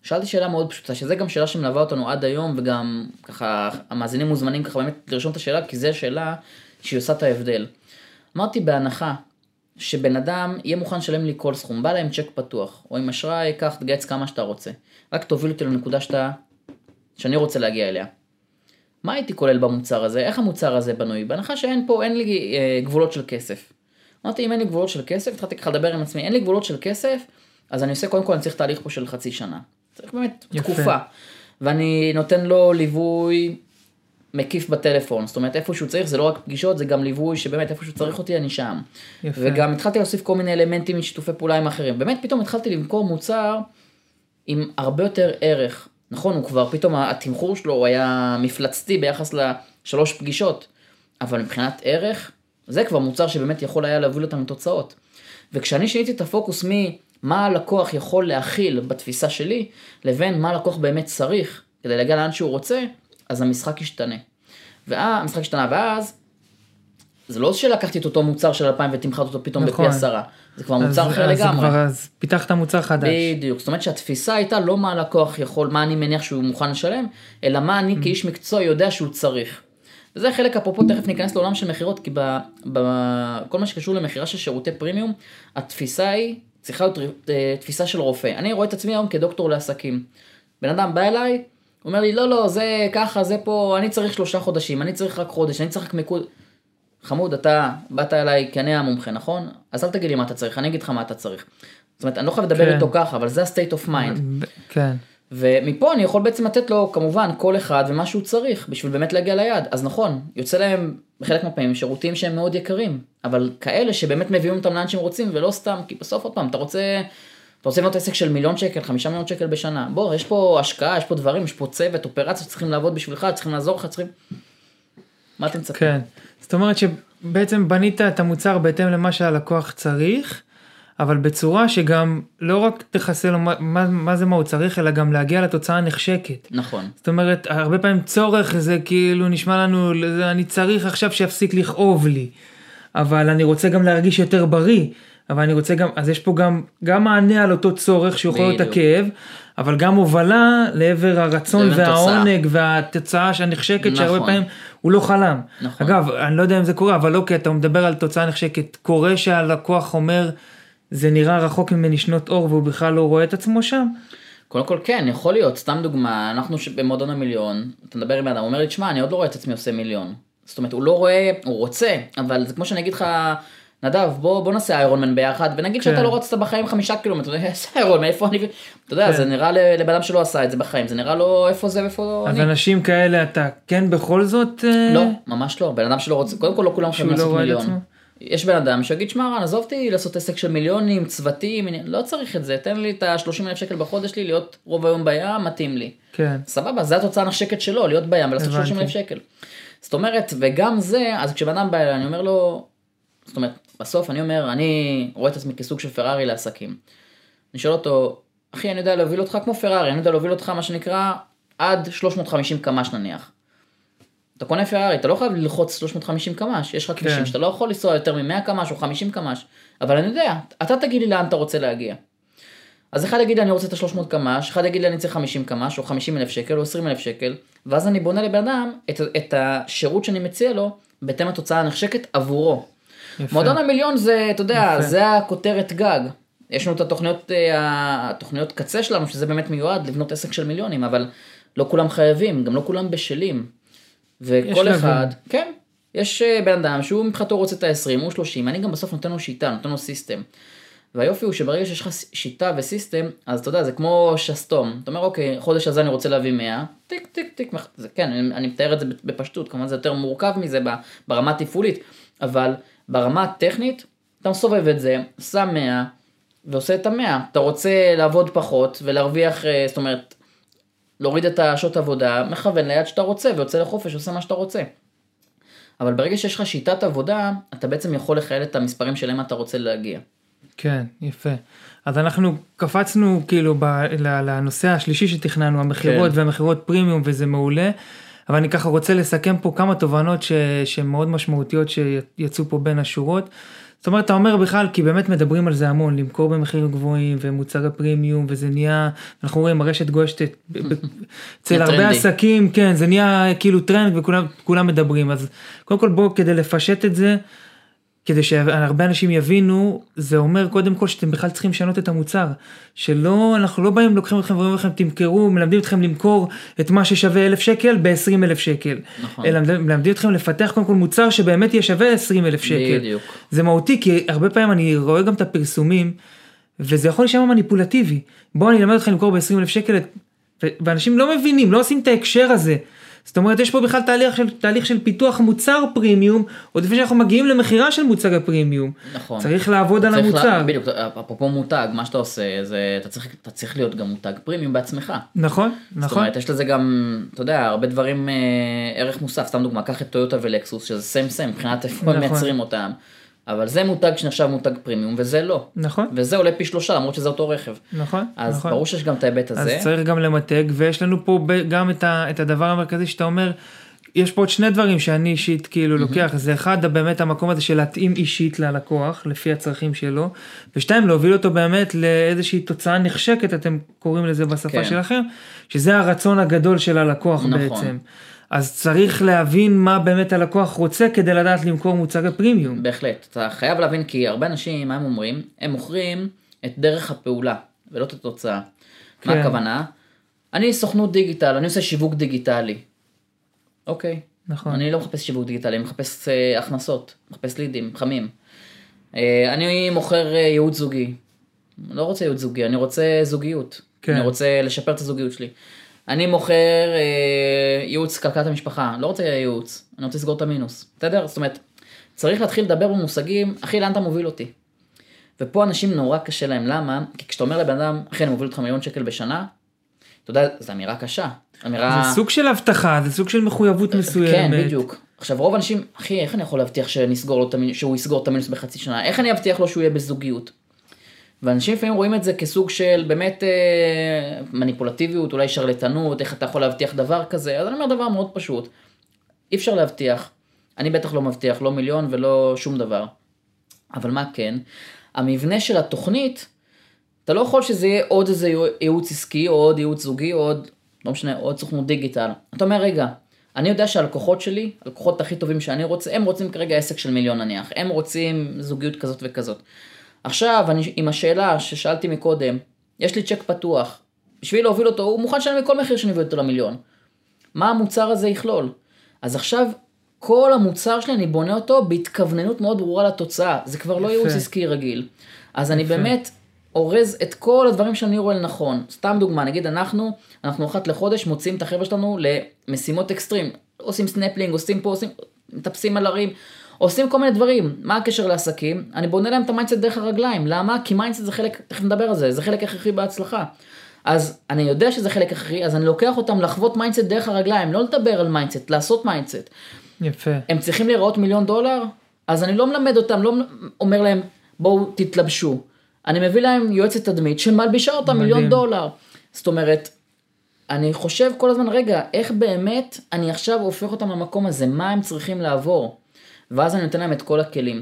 שאלתי שאלה מאוד פשוטה, שזה גם שאלה שמלווה אותנו עד היום, וגם ככה המאזינים מוזמנים ככה באמת לרשום את השאלה, כי זו שאלה שהיא עושה את ההבדל. אמרתי בהנחה שבן אדם יהיה מוכן לשלם לי כל סכום, בא להם צ'ק פתוח, או עם אשראי, קח, תגייס כמה שאתה רוצה. רק תוביל אותי לנקודה שאני רוצה להגיע אליה. מה הייתי כולל במוצר הזה? איך המוצר הזה בנוי? בהנחה שאין לי גבולות של כסף. אמרתי, אם אין לי גבולות של כסף, התחלתי ככה לדבר עם עצמי, אין לי גבולות של כסף, אז אני עושה, קודם כל אני צריך תהליך פה של חצי שנה. צריך באמת תקופה. ואני נותן לו ליווי מקיף בטלפון. זאת אומרת, איפה שהוא צריך, זה לא רק פגישות, זה גם ליווי שבאמת איפה שהוא צריך אותי, אני שם. יפה. וגם התחלתי להוסיף כל מיני אלמנטים משיתופי פעולה עם אחרים. באמת פתאום התחלתי למכור מוצר עם הרבה יותר ערך. נכון, הוא כבר פתאום התמחור שלו הוא היה מפלצתי ביחס לשלוש פגישות. אבל מבחינת ערך, זה כבר מוצר שבאמת יכול היה להוביל אותם לתוצאות. וכשאני שיניתי את הפוקוס מה הלקוח יכול להכיל בתפיסה שלי, לבין מה הלקוח באמת צריך כדי להגיע לאן שהוא רוצה, אז המשחק ישתנה. והמשחק השתנה, ואז זה לא שלקחתי את אותו מוצר של 2000 ותמחת אותו פתאום בפי 10. זה כבר מוצר אחר לגמרי. אז פיתחת מוצר חדש. בדיוק. זאת אומרת שהתפיסה הייתה לא מה הלקוח יכול, מה אני מניח שהוא מוכן לשלם, אלא מה אני כאיש מקצוע יודע שהוא צריך. וזה חלק, אפרופו, תכף ניכנס לעולם של מחירות, כי בכל מה שקשור למחירה של שירותי פרימיום, התפיסה היא צריכה להיות תפיסה של רופא. אני רואה את עצמי היום כדוקטור לעסקים. בן אדם בא אליי, הוא אומר לי, לא, זה ככה, זה פה, אני צריך 3 חודשים, אני צריך רק חודש, אני צריך רק מיקוד. חמוד, אתה באת אליי כי אני המומחה, נכון? אז אל תגיד לי מה אתה צריך, אני אגיד לך מה אתה צריך. זאת אומרת, אני לא חייב לדבר איתו ככה, אבל זה ה-state of mind. כן. ומפה אני יכול בעצם לתת לו, כמובן, כל אחד ומה שהוא צריך, בשביל באמת להגיע ליעד. אז נכון, יוצא להם בחלק מהפעמים שירותים שהם מאוד יקרים, אבל כאלה שבאמת מביאים אותם לאן שהם רוצים, ולא סתם, כי בסוף עוד פעם, אתה רוצה לבנות עסק של 1 מיליון שקל, 5 מיליון שקל בשנה. בוא, יש פה השקעה, יש פה דברים, יש פה צוות, אופרציה שצריכים לעבוד בשבילך, צריכים לעזור לך, צריכים... מה אתם מצפים? כן. זאת אומרת שבעצם בנית את המוצר בהתאם למה שהלקוח צריך, אבל בצורה שגם לא רק תחסה לו מה זה מה הוא צריך, אלא גם להגיע לתוצאה נחשקת. נכון. זאת אומרת, הרבה פעמים צורך זה כאילו נשמע לנו, אני צריך עכשיו שיפסיק לכאוב לי, אבל אני רוצה גם להרגיש יותר בריא, אבל אני רוצה גם, אז יש פה גם מענה על אותו צורך שיכול להיות הכאב, אבל גם הובלה לעבר הרצון והעונג והתוצאה שהנחשקת, שהרבה פעמים הוא לא חלם. אגב, אני לא יודע אם זה קורה, אבל לא, כי אתה מדבר על תוצאה נחשקת, קורה שהלקוח אומר, זה נראה רחוק ממני שנות אור, והוא בכלל לא רואה את עצמו שם? קודם כל כן, יכול להיות, סתם דוגמה, אנחנו במועדון המיליון, אתה מדבר עם האדם, הוא אומר לי, תשמע, אני עוד לא רואה את עצמי עושה מיליון. זאת אומרת, הוא לא רואה, הוא רוצה, אבל זה כמו שאני אגיד לך, נדב, בוא נעשה איירונמן ביחד, ונגיד שאתה לא רצת בחיים 5 קילומטר, אתה יודע, איירונמן, איפה אני... אתה יודע, זה נראה לבן אדם שלא עשה את זה בחיים, זה נראה לו איפה זה ואיפה אני. אז אנשים כאלה, אתה כן בכל זאת... לא, ממש לא, בן אדם שלא רוצה, קודם כל לא כולם חייבים לעשות מיליון. יש בן אדם שיגיד, שמע רן, עזוב אותי לעשות עסק של מיליונים, צוותים, לא צריך את זה, תן לי את ה-30,000 שקל בחודש לי, להיות רוב היום בים, מתאים לי. כן. סבבה, זה התוצאה הנחשקת שלו, להיות בים ולעשות 30,000 שקל. זאת אומרת, וגם זה, אז כשבן אדם בא אליי, אני אומר לו, זאת אומרת, בסוף אני אומר, אני רואה את עצמי כסוג של פרארי לעסקים. אני שואל אותו, אחי, אני יודע להוביל אותך כמו פרארי, אני יודע להוביל אותך מה שנקרא, עד 350 קמ"ש נניח. אתה קונה פרארי, אתה לא חייב ללחוץ 350 קמ"ש, יש לך כבישים שאתה לא יכול לנסוע יותר מ-100 קמ"ש או 50 קמ"ש, אבל אני יודע, אתה תגיד לי לאן אתה רוצה להגיע. אז אחד יגיד לי אני רוצה את ה-300 קמ"ש, אחד יגיד לי אני צריך 50 קמ"ש או 50,000 שקל או 20,000 שקל, ואז אני בונה לבן אדם את השירות שאני מציע לו, בהתאם התוצאה הנחשקת עבורו. מועדון המיליון זה, אתה יודע, זה הכותרת גג. יש לנו את התוכניות קצה שלנו, שזה באמת מיועד לבנות עסק של מיליונים, אבל לא כולם חייבים, גם לא כולם בשלים. וכל אחד, כן, יש בן אדם שהוא מבחינתו רוצה את ה-20, הוא 30, אני גם בסוף נותן לו שיטה, נותן לו סיסטם. והיופי הוא שברגע שיש לך שיטה וסיסטם, אז אתה יודע, זה כמו שסתום. אתה אומר, אוקיי, חודש הזה אני רוצה להביא 100, טיק, טיק, טיק, זה, כן, אני מתאר את זה בפשטות, כמובן זה יותר מורכב מזה ברמה תפעולית, אבל ברמה הטכנית, אתה מסובב את זה, שם 100, ועושה את 100. אתה רוצה לעבוד פחות ולהרוויח, זאת אומרת, להוריד את השעות עבודה, מכוון ליד שאתה רוצה, ויוצא לחופש, עושה מה שאתה רוצה. אבל ברגע שיש לך שיטת עבודה, אתה בעצם יכול לחייל את המספרים שלהם אתה רוצה להגיע. כן, יפה. אז אנחנו קפצנו כאילו לנושא השלישי שתכננו, המחירות והמחירות פרימיום, וזה מעולה. אבל אני ככה רוצה לסכם פה כמה תובנות שהן מאוד משמעותיות שיצאו פה בין השורות. זאת זאת אומרת, אתה אומר בכלל, כי באמת מדברים על זה המון, למכור במחירים גבוהים ומוצרי פרימיום, וזה נהיה, אנחנו רואים, הרשת גועשת אצל הרבה עסקים, כן, זה נהיה כאילו טרנד וכולם מדברים, אז קודם כל בואו כדי לפשט את זה, כדי שהרבה אנשים יבינו, זה אומר קודם כל שאתם בכלל צריכים לשנות את המוצר, שלא, אנחנו לא באים, לוקחים אתכם ואומרים לכם, תמכרו, מלמדים אתכם למכור את מה ששווה 1,000 שקל ב-20,000 שקל. נכון. אלא מלמדים אתכם לפתח קודם כל מוצר שבאמת יהיה שווה 20,000 שקל. בדיוק. זה מהותי, כי הרבה פעמים אני רואה גם את הפרסומים, וזה יכול להישמע מניפולטיבי. בואו אני אלמד אתכם למכור ב-20,000 שקל, ואנשים לא מבינים, לא עושים את ההקשר הזה. זאת אומרת, יש פה בכלל תהליך של פיתוח מוצר פרימיום, עוד לפני שאנחנו מגיעים למחירה של מוצר הפרימיום. נכון. צריך לעבוד על המוצר. בדיוק, אפרופו מותג, מה שאתה עושה, אתה צריך להיות גם מותג פרימיום בעצמך. נכון, נכון. זאת אומרת, יש לזה גם, אתה יודע, הרבה דברים, ערך מוסף, סתם דוגמה, קח את טויוטה ולקסוס, שזה סיים, מבחינת איפה הם מייצרים אותם. אבל זה מותג שנחשב מותג פרימיום, וזה לא. נכון. וזה עולה פי 3, למרות שזה אותו רכב. נכון. אז ברור שיש גם את ההיבט הזה. אז צריך גם למתג, ויש לנו פה גם את הדבר המרכזי שאתה אומר, יש פה עוד שני דברים שאני אישית כאילו לוקח, זה אחד, באמת המקום הזה של להתאים אישית ללקוח, לפי הצרכים שלו, ושתיים, להוביל אותו באמת לאיזושהי תוצאה נחשקת, אתם קוראים לזה בשפה שלכם, שזה הרצון הגדול של הלקוח בעצם. אז צריך להבין מה באמת הלקוח רוצה כדי לדעת למכור מוצרי פרימיום. בהחלט, אתה חייב להבין כי הרבה אנשים, מה הם אומרים? הם מוכרים את דרך הפעולה, ולא את התוצאה. כן. מה הכוונה? אני סוכנות דיגיטל, אני עושה שיווק דיגיטלי. אוקיי. נכון. אני לא מחפש שיווק דיגיטלי, אני מחפש הכנסות, מחפש לידים, חמים. אני מוכר ייעוץ זוגי. לא רוצה ייעוץ זוגי, אני רוצה זוגיות. כן. אני רוצה לשפר את הזוגיות שלי. אני מוכר ייעוץ כלכלת המשפחה, לא רוצה ייעוץ, אני רוצה לסגור את המינוס. בסדר? זאת אומרת, צריך להתחיל לדבר במושגים, אחי, לאן אתה מוביל אותי? ופה אנשים נורא קשה להם, למה? כי כשאתה אומר לבן אדם, אחי, אני מוביל אותך 1,000,000 שקל בשנה, אתה יודע, זו אמירה קשה. זה סוג של הבטחה, זה סוג של מחויבות מסוימת. כן, בדיוק. עכשיו, רוב האנשים, אחי, איך אני יכול להבטיח שהוא יסגור את המינוס בחצי שנה? איך אני אבטיח לו שהוא יהיה בזוגיות? ואנשים לפעמים רואים את זה כסוג של באמת מניפולטיביות, אולי שרלטנות, איך אתה יכול להבטיח דבר כזה, אז אני אומר דבר מאוד פשוט, אי אפשר להבטיח, אני בטח לא מבטיח, לא 1,000,000 ולא שום דבר, אבל מה כן, המבנה של התוכנית, אתה לא יכול שזה יהיה עוד איזה ייעוץ עסקי, או עוד ייעוץ זוגי, או עוד, לא משנה, עוד סוכנות דיגיטל, אתה אומר רגע, אני יודע שהלקוחות שלי, הלקוחות הכי טובים שאני רוצה, הם רוצים כרגע עסק של 1,000,000 נניח, הם רוצים זוגיות כזאת וכזאת, עכשיו, עם השאלה ששאלתי מקודם, יש לי צ'ק פתוח, בשביל להוביל אותו, הוא מוכן לשלם מכל מחיר שאני אביא אותו ל1,000,000. מה המוצר הזה יכלול? אז עכשיו, כל המוצר שלי, אני בונה אותו בהתכווננות מאוד ברורה לתוצאה. זה כבר לא ייעוץ עסקי רגיל. אז אני באמת אורז את כל הדברים שאני רואה לנכון. סתם דוגמה, נגיד אנחנו אחת לחודש מוצאים את החבר'ה שלנו למשימות אקסטרים. עושים סנפלינג, עושים פה, מטפסים על הרים. עושים כל מיני דברים, מה הקשר לעסקים? אני בונה להם את המיינדסט דרך הרגליים, למה? כי מיינדסט זה חלק, תכף נדבר על זה, זה חלק הכרחי בהצלחה. אז אני יודע שזה חלק הכרחי, אז אני לוקח אותם לחוות מיינדסט דרך הרגליים, לא לדבר על מיינדסט, לעשות מיינדסט. יפה. הם צריכים להיראות $1,000,000, אז אני לא מלמד אותם, לא אומר להם, בואו תתלבשו. אני מביא להם יועצת תדמית שמלבישה אותם $1,000,000. זאת אומרת, אני חושב כל הזמן, רגע, איך באמת אני עכשיו הופך אותם למקום הזה, מה הם צריכים לעבור? ואז אני נותן להם את כל הכלים.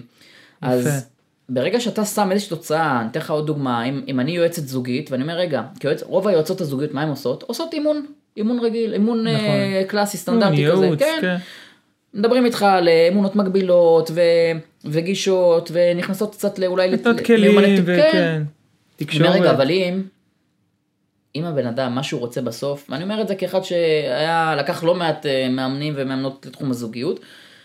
אז ברגע שאתה שם איזושהי תוצאה, אני אתן לך עוד דוגמה, אם אני יועצת זוגית, ואני אומר, רגע, רוב היועצות הזוגיות, מה הן עושות? עושות אימון רגיל, אימון קלאסי, סטנדרטי כזה. כן. מדברים איתך על אמונות מגבילות, וגישות, ונכנסות קצת אולי לתת כלים, וכן. תקשורת. רגע, אבל אם הבן אדם, מה שהוא רוצה בסוף, ואני אומר את זה כאחד לקח לא מעט מאמנים ומאמנות לתחום הזוגיות,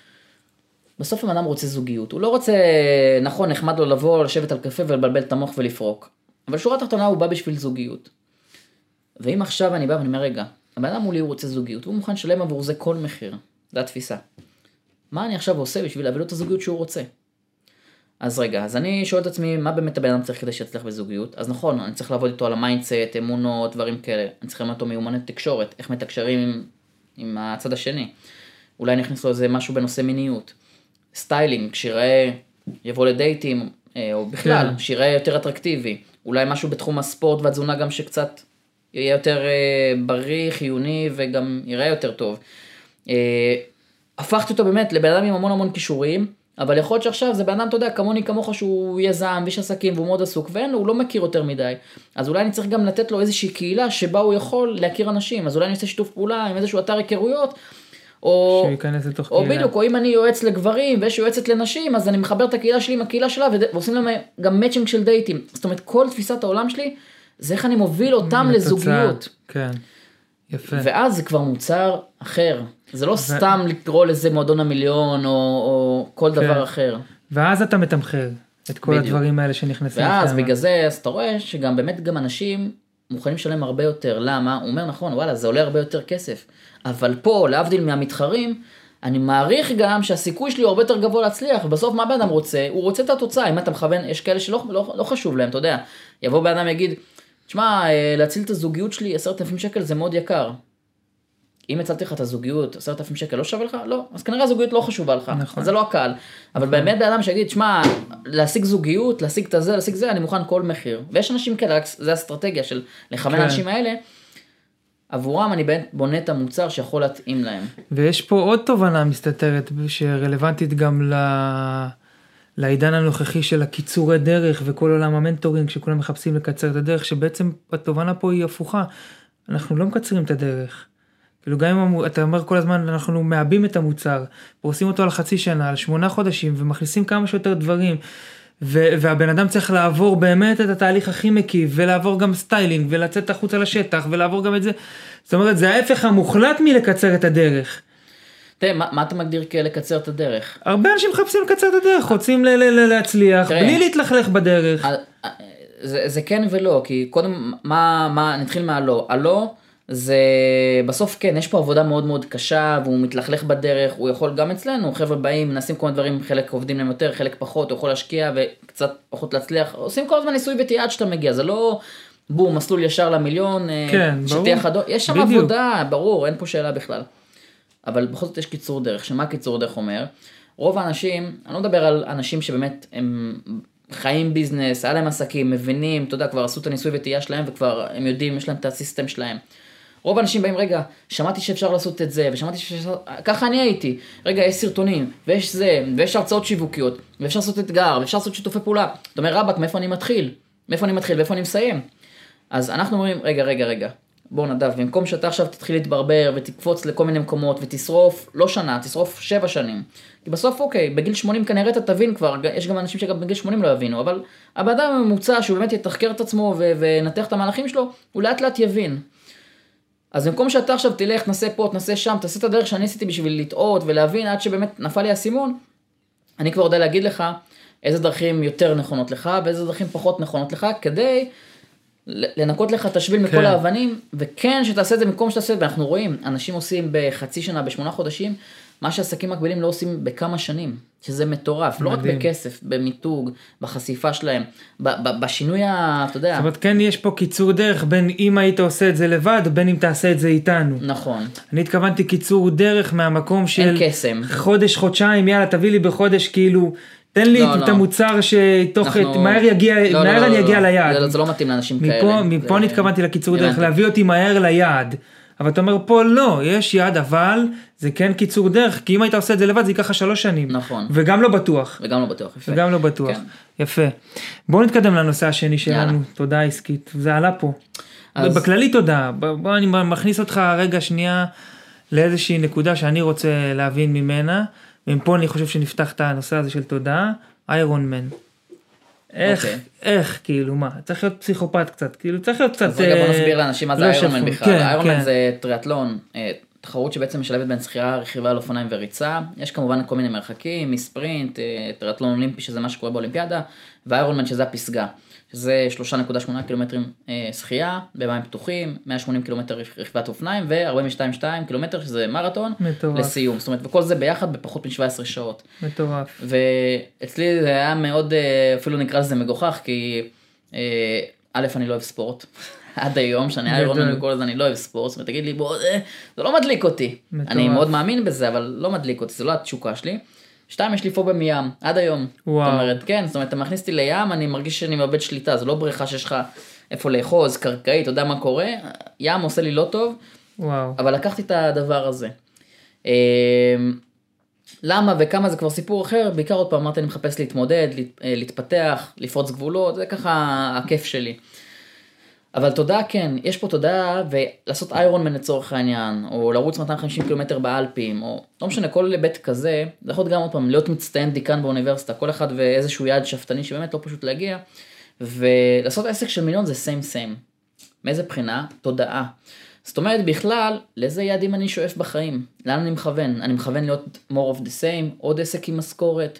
בסוף האדם רוצה זוגיות, הוא לא רוצה, נכון, נחמד לו לבוא, לשבת על קפה ולבלבל את המוח ולפרוק, אבל שורה תחתונה הוא בא בשביל זוגיות. ואם עכשיו אני בא ואני אומר, רגע, הבן אדם מולי הוא רוצה זוגיות, והוא מוכן לשלם עבור זה כל מחיר, זו התפיסה. מה אני עכשיו עושה בשביל להביא לו את הזוגיות שהוא רוצה? אז רגע, אז אני שואל את עצמי, מה באמת הבן אדם צריך כדי שיצליח בזוגיות? אז נכון, אני צריך לעבוד איתו על המיינדסט, אמונות, דברים כאלה, אני צריך ללמוד אותו מיומנות תקשורת, איך מתקשרים עם הצד השני. אולי נכנס לו איזה משהו בנושא מיניות. סטיילינג, שיראה, יבוא לדייטים, או בכלל, שיראה יותר אטרקטיבי. אולי משהו בתחום הספורט והתזונה גם שקצת יהיה יותר בריא, חיוני, וגם יראה יותר טוב. הפכתי אותו באמת לבן אדם עם המון כישורים, אבל יכול להיות שעכשיו זה באדם, אתה יודע, כמוני כמוך שהוא יזם, ויש עסקים, והוא מאוד עסוק, הוא לא מכיר יותר מדי. אז אולי אני צריך גם לתת לו איזושהי קהילה, שבה הוא יכול להכיר אנשים, אז אולי אני אעשה שיתוף פעולה עם איזשהו אתר היכרויות, או בדיוק, או אם אני יועץ לגברים, ויש יועצת לנשים, אז אני מחבר את הקהילה שלי עם הקהילה שלה, ועושים להם גם מאצ'ינג של דייטים. זאת אומרת, כל תפיסת העולם שלי, זה איך אני מוביל אותם לזוגיות. כן, יפה. ואז זה כבר מוצר אחר. זה לא סתם לקרוא לזה מועדון המיליון, או כל דבר אחר. ואז אתה מתמחר את כל הדברים האלה שנכנסים. ואז בגלל זה, אז אתה רואה שגם באמת גם אנשים מוכנים לשלם הרבה יותר. למה? הוא אומר נכון, וואלה, זה עולה הרבה יותר כסף. אבל פה, להבדיל מהמתחרים, אני מעריך גם שהסיכוי שלי הוא הרבה יותר גבוה להצליח, ובסוף מה בן אדם רוצה? הוא רוצה את התוצאה. אם אתה מכוון, יש כאלה שלא חשוב להם, אתה יודע. יבוא בן אדם יגיד, תשמע, להציל את הזוגיות שלי, 10,000 שקל זה מאוד יקר. אם הצלתי לך את הזוגיות, 10,000 שקל לא שווה לך? לא. אז כנראה הזוגיות לא חשובה לך. נכון. אז זה לא הקל. אבל באמת באדם שיגיד, תשמע, להשיג זוגיות, להשיג את זה, להשיג זה, אני מוכן כל מחיר. ויש אנשים כאלה, זה האסטרטגיה של לכוון האנשים האלה, עבורם אני באמת בונה את המוצר שיכול להתאים להם. ויש פה עוד תובנה מסתתרת, שרלוונטית גם לעידן הנוכחי של הקיצורי דרך, וכל עולם המנטורינג, שכולם מחפשים לקצר את הדרך, שבעצם התובנה פה היא הפוכה. אנחנו לא מקצרים את הדרך. כאילו גם אם אתה אומר כל הזמן, אנחנו מאבים את המוצר, פורסים אותו על חצי שנה, על 8 חודשים, ומכניסים כמה שיותר דברים, והבן אדם צריך לעבור באמת את התהליך הכי מקיף, ולעבור גם סטיילינג, ולצאת החוצה לשטח, ולעבור גם את זה. זאת אומרת, זה ההפך המוחלט מלקצר את הדרך. תראה, מה אתה מגדיר כלקצר את הדרך? הרבה אנשים מחפשים לקצר את הדרך, רוצים להצליח, בלי להתלכלך בדרך. זה כן ולא, כי קודם, נתחיל מהלא. הלא, זה בסוף כן, יש פה עבודה מאוד מאוד קשה, והוא מתלכלך בדרך, הוא יכול גם אצלנו, חבר'ה באים, מנסים כל מיני דברים, חלק עובדים להם יותר, חלק פחות, הוא יכול להשקיע וקצת פחות להצליח, עושים כל הזמן ניסוי וטעייה עד שאתה מגיע, זה לא בום, מסלול ישר למיליון, כן, שתהיה חדו, יש שם בדיוק. עבודה, ברור, אין פה שאלה בכלל. אבל בכל זאת יש קיצור דרך, שמה קיצור דרך אומר? רוב האנשים, אני לא מדבר על אנשים שבאמת הם חיים ביזנס, היה להם עסקים, מבינים, אתה יודע, כבר עשו את הניסוי וטעייה שלהם, וכבר הם יודעים, יש להם את הסיסטם שלהם. רוב האנשים באים, רגע, שמעתי שאפשר לעשות את זה, ושמעתי שאפשר, ככה אני הייתי, רגע, יש סרטונים, ויש זה, ויש הרצאות שיווקיות, ואפשר לעשות אתגר, ואפשר לעשות שיתופי פעולה. זאת אומרת, רבק, מאיפה אני מתחיל? ואיפה אני מסיים? אז אנחנו אומרים, רגע, בוא נדב, במקום שאתה עכשיו תתחיל להתברבר, ותקפוץ לכל מיני מקומות, ותשרוף, לא שנה, תשרוף 7 שנים. כי בסוף, אוקיי, בגיל 80 כנראה אתה תבין כבר, יש גם אנשים שגם בגיל 80 לא יבינו, אבל האדם הממוצע שהוא באמת יתחקר את עצמו ונתח את המהלכים שלו, הוא לאט לאט יבין. אז במקום שאתה עכשיו תלך, תנסה פה, תנסה שם, תעשה את הדרך שאני עשיתי בשביל לטעות ולהבין עד שבאמת נפל לי הסימון, אני כבר יודע להגיד לך איזה דרכים יותר נכונות לך ואיזה דרכים פחות נכונות לך, כדי לנקות לך את השביל מכל האבנים, וכן שתעשה את זה במקום שתעשה את זה, ואנחנו רואים, אנשים עושים בחצי שנה, ב8 חודשים, מה שעסקים מקבילים לא עושים בכמה שנים, שזה מטורף, לא רק בכסף, במיתוג, בחשיפה שלהם, בשינוי, אתה יודע. זאת אומרת, כן יש פה קיצור דרך, בין אם היית עושה את זה לבד, בין אם תעשה את זה איתנו. נכון. אני התכוונתי קיצור דרך מהמקום של אין קסם. חודש, חודשיים, יאללה, תביא לי בחודש, כאילו, תן לי את המוצר שתוך, מהר אני אגיע ליעד. זה לא מתאים לאנשים כאלה. מפה נתכוונתי לקיצור דרך, להביא אותי מהר ליעד. אבל אתה אומר פה לא, יש יעד, אבל זה כן קיצור דרך, כי אם היית עושה את זה לבד, זה ייקח 3 שנים. נכון. וגם לא בטוח. יפה. וגם לא בטוח. כן. יפה. בואו נתקדם לנושא השני שלנו, תודה עסקית. זה עלה פה. בכללי תודה. בוא אני מכניס אותך רגע שנייה לאיזושהי נקודה שאני רוצה להבין ממנה, ומפה אני חושב שנפתח את הנושא הזה של תודה, איירון מן. איך, כאילו, מה? צריך להיות פסיכופת קצת, כאילו, צריך להיות קצת... אז רגע, בוא נסביר לאנשים מה זה איירון מן בכלל. איירון מן זה טריאטלון, תחרות שבעצם משלבת בין שחייה, רכיבה על אופניים וריצה. יש כמובן כל מיני מרחקים, מספרינט, טריאטלון אולימפי, שזה מה שקורה באולימפיאדה, ואיירון מן שזה הפסגה, שזה 3.8 קילומטרים שחייה, במים פתוחים, 180 קילומטר רכיבת אופניים, ו-42.2 קילומטר, שזה מרתון, לסיום. זאת אומרת, וכל זה ביחד בפחות מ-17 שעות. מטורף. ואצלי זה היה מאוד, אפילו נקרא לזה מגוחך, כי א', אני לא אוהב ספורט. עד היום, שאני איירון מן וכל זה, אני לא אוהב ספורט. זאת אומרת, תגיד לי, בוא, זה לא מדליק אותי. אני מאוד מאמין בזה, אבל לא מדליק אותי, זה לא התשוקה שלי. 2, יש לי פוביה מים, עד היום. וואו. זאת אומרת, כן, זאת אומרת, אתה מכניס אותי לים, אני מרגיש שאני מאבד שליטה, זה לא בריכה שיש לך איפה לאחוז, קרקעית, אתה יודע מה קורה, ים עושה לי לא טוב, וואו. אבל לקחתי את הדבר הזה. למה וכמה זה כבר סיפור אחר, בעיקר עוד פעם אמרתי, אני מחפש להתמודד, להתפתח, לפרוץ גבולות, זה ככה הכיף שלי. אבל תודעה כן, יש פה תודעה, ולעשות איירונמן לצורך העניין, או לרוץ 250 קילומטר באלפים, או לא משנה, כל היבט כזה, זה יכול גם עוד פעם להיות מצטיין דיקן באוניברסיטה, כל אחד ואיזשהו יעד שפתני שבאמת לא פשוט להגיע, ולעשות עסק של מיליון זה same. מאיזה בחינה? תודעה. זאת אומרת בכלל, לאיזה יעדים אני שואף בחיים? לאן אני מכוון? אני מכוון להיות more of the same, עוד עסק עם משכורת,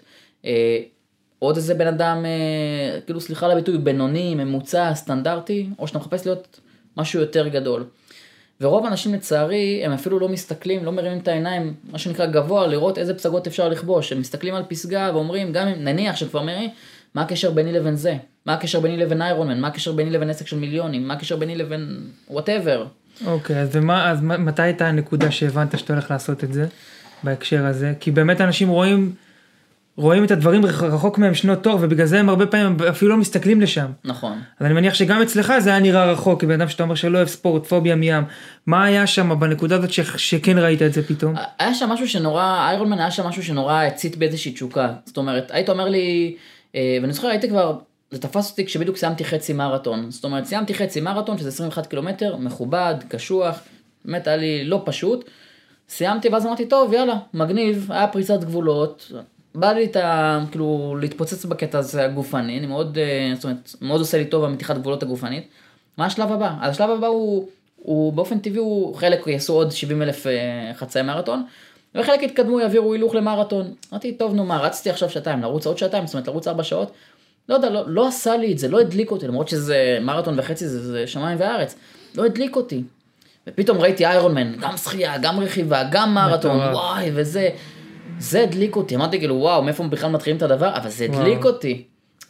עוד איזה בן אדם, כאילו סליחה על הביטוי, בינוני, ממוצע, סטנדרטי, או שאתה מחפש להיות משהו יותר גדול. ורוב האנשים לצערי, הם אפילו לא מסתכלים, לא מרימים את העיניים, מה שנקרא גבוה, לראות איזה פסגות אפשר לכבוש. הם מסתכלים על פסגה ואומרים, גם אם נניח שכבר מראים, מה הקשר ביני לבין זה? מה הקשר ביני לבין איירונמן? מה הקשר ביני לבין עסק של מיליונים? מה הקשר ביני לבין whatever? אוקיי, אז מתי הייתה הנקודה שהבנת שאתה הולך לעשות את זה, בהקשר הזה? כי באמת אנשים רואים את הדברים רחוק מהם שנות תור, ובגלל זה הם הרבה פעמים אפילו לא מסתכלים לשם. נכון. אז אני מניח שגם אצלך זה היה נראה רחוק, כבן אדם שאתה אומר שלא אוהב ספורט, פוביה מים. מה היה שם בנקודה הזאת שכן ראית את זה פתאום? היה שם משהו שנורא, איירונמן היה שם משהו שנורא הצית באיזושהי תשוקה. זאת אומרת, היית אומר לי, ואני זוכר, הייתי כבר, זה תפס אותי כשבדיוק סיימתי חצי מרתון. זאת אומרת, סיימתי חצי מרתון, שזה 21 קילומטר, מכובד, קשוח, באמת היה לי לא פשוט. סיימתי ואז אמרתי, טוב, יאללה, מגניב, היה פריצת גבולות. בא לי כאילו, להתפוצץ בקטע הזה הגופני, אני מאוד, זאת אומרת, מאוד עושה לי טוב המתיחת גבולות הגופנית. מה השלב הבא? אז השלב הבא הוא באופן טבעי, הוא חלק יעשו עוד 70,000 חצאי מרתון, וחלק יתקדמו, יעבירו הילוך למרתון. אמרתי, טוב, נו מה, רצתי עכשיו שעתיים, לרוץ עוד שעתיים, זאת אומרת, לרוץ 4 שעות. לא יודע, לא עשה לי את זה, לא הדליק אותי, למרות שזה מרתון וחצי, זה שמיים וארץ. לא הדליק אותי. ופתאום ראיתי איירונמן, גם שחייה, גם רכיבה, גם מרתון, וואי, וזה. זה הדליק אותי, אמרתי כאילו וואו, מאיפה בכלל מתחילים את הדבר, אבל זה הדליק אותי.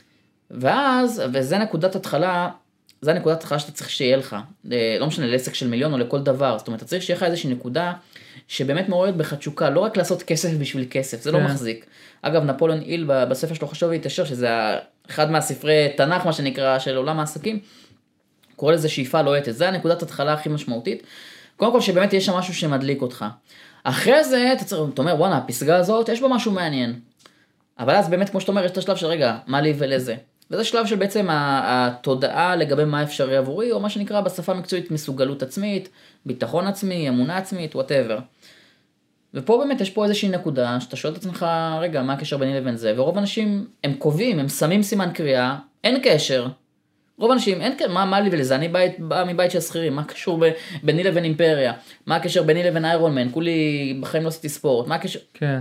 ואז, וזה נקודת התחלה, זה נקודת התחלה שאתה צריך שיהיה לך, לא משנה לעסק של מיליון או לכל דבר, זאת אומרת, אתה צריך שיהיה לך איזושהי נקודה, שבאמת מעוררת בך תשוקה, לא רק לעשות כסף בשביל כסף, זה לא מחזיק. אגב, נפוליאון היל בספר שלו חשוב להתעשר, שזה אחד מהספרי תנ"ך, מה שנקרא, של עולם העסקים, קורא לזה שאיפה לוהטת, זה הנקודת התחלה הכי משמעותית, קודם כל שבאמת יש שם משהו שמדליק אותך. אחרי זה, אתה אומר, וואנה, הפסגה הזאת, יש בה משהו מעניין. אבל אז באמת, כמו שאתה אומר, יש את השלב של רגע, מה לי ולזה. וזה שלב של בעצם התודעה לגבי מה אפשרי עבורי, או מה שנקרא בשפה מקצועית מסוגלות עצמית, ביטחון עצמי, אמונה עצמית, whatever. ופה באמת יש פה איזושהי נקודה, שאתה שואל את עצמך, רגע, מה הקשר ביני לבין זה? ורוב אנשים, הם קובעים, הם שמים סימן קריאה, אין קשר. רוב אנשים, אין, מה לי ולזה, אני בא מבית של שכירים, מה קשור ביני לבין אימפריה, מה הקשר ביני לבין איירונמן, כולי בחיים לא עשיתי ספורט, מה הקשר? כן.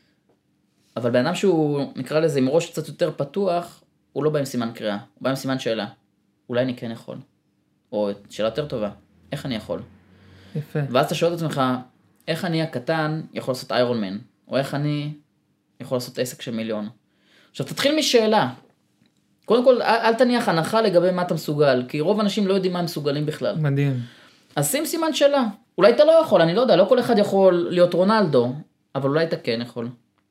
אבל בן אדם שהוא, נקרא לזה, עם ראש קצת יותר פתוח, הוא לא בא עם סימן קריאה, הוא בא עם סימן שאלה, אולי אני כן יכול, או שאלה יותר טובה, איך אני יכול? יפה. ואז אתה שואל את עצמך, איך אני הקטן יכול לעשות איירונמן, או איך אני יכול לעשות עסק של מיליון? עכשיו תתחיל משאלה, קודם כל, אל תניח הנחה לגבי מה אתה מסוגל, כי רוב האנשים לא יודעים מה הם מסוגלים בכלל. מדהים. אז שים סימן שאלה. אולי אתה לא יכול, אני לא יודע, לא כל אחד יכול להיות רונלדו, אבל אולי אתה כן יכול.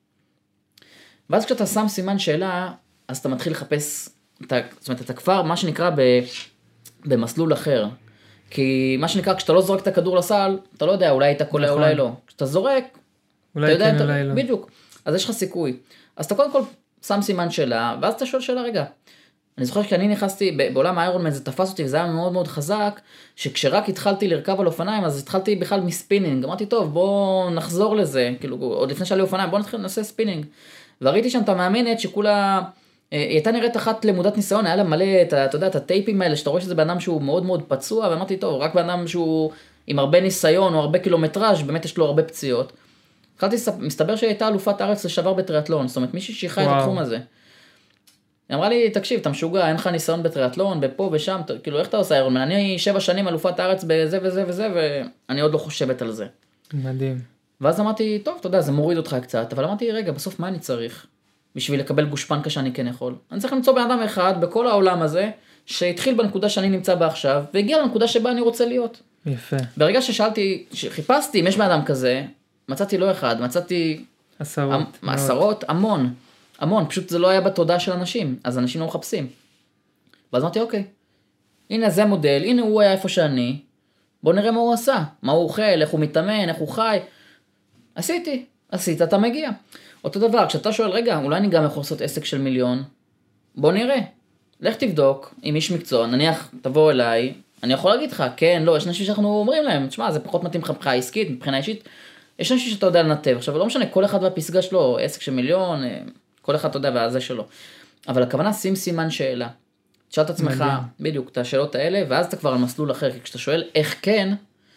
ואז כשאתה שם סימן שאלה, אז אתה מתחיל לחפש, זאת אומרת, אתה כבר, מה שנקרא, במסלול אחר. כי מה שנקרא, כשאתה לא זורק את הכדור לסל, אתה לא יודע, אולי היית קולע, אולי לא. כשאתה זורק, אולי כן, אולי לא. בדיוק. אז יש לך סיכוי. אז אתה קודם כל שם סימן שאלה, ואז אתה שואל שאלה, רגע. אני זוכר כשאני נכנסתי, בעולם האיירונמן זה תפס אותי, וזה היה מאוד מאוד חזק, שכשרק התחלתי לרכב על אופניים, אז התחלתי בכלל מספינינג, אמרתי, טוב, בוא נחזור לזה, כאילו, עוד לפני שהיה לי אופניים, בוא נעשה ספינינג. וראיתי שם את המאמנת שכולה, היא הייתה נראית אחת למודת ניסיון, היה לה מלא, אתה יודע, את הטייפים האלה, שאתה רואה שזה בן אדם שהוא מאוד מאוד פצוע, ואמרתי, טוב, רק בן אדם שהוא עם הרבה ניסיון, או הרבה קילומטראז', באמת יש לו הרבה פציעות. מסתבר שהיא הייתה אלופת הארץ לשעבר בטריאטלון, זאת אומרת, מישהי שייכה את התחום הזה. היא אמרה לי, תקשיב, אתה משוגע, אין לך ניסיון בטריאטלון, בפה ושם, כאילו, איך אתה עושה איירונמן? אני 7 שנים אלופת הארץ בזה וזה וזה, ואני עוד לא חושבת על זה. מדהים. ואז אמרתי, טוב, אתה יודע, זה מוריד אותך קצת, אבל אמרתי, רגע, בסוף מה אני צריך? בשביל לקבל גושפנקה שאני כן יכול. אני צריך למצוא בן אדם אחד בכל העולם הזה, שהתחיל בנקודה שאני נמצא בה עכשיו, והגיע לנקודה שבה אני רוצה להיות. יפה. ברגע שחיפשתי אם יש בן אדם כזה, מצאתי לא אחד, מצאתי עשרות, המון, פשוט זה לא היה בתודעה של אנשים, אז אנשים לא מחפשים. ואז אמרתי, אוקיי, הנה זה מודל, הנה הוא היה איפה שאני, בוא נראה מה הוא עשה, מה הוא אוכל, איך הוא מתאמן, איך הוא חי. עשיתי, עשית, אתה מגיע. אותו דבר, כשאתה שואל, רגע, אולי אני גם יכול לעשות עסק של 1,000,000, בוא נראה. לך תבדוק עם איש מקצוע, נניח, תבוא אליי, אני יכול להגיד לך, כן, לא, יש אנשים שאנחנו אומרים להם, תשמע, זה פחות מתאים לך מבחינה עסקית, מבחינה אישית, יש אנשים שאתה יודע לנתב. עכשיו, לא משנה, כל אחד והפסגה שלו, עסק של 1,000,000, כל אחד אתה יודע והזה שלו. אבל הכוונה, שים סימן שאלה. תשאל את עצמך, בדיוק, את השאלות האלה, ואז אתה כבר על מסלול אחר, כי כשאתה שואל איך כן,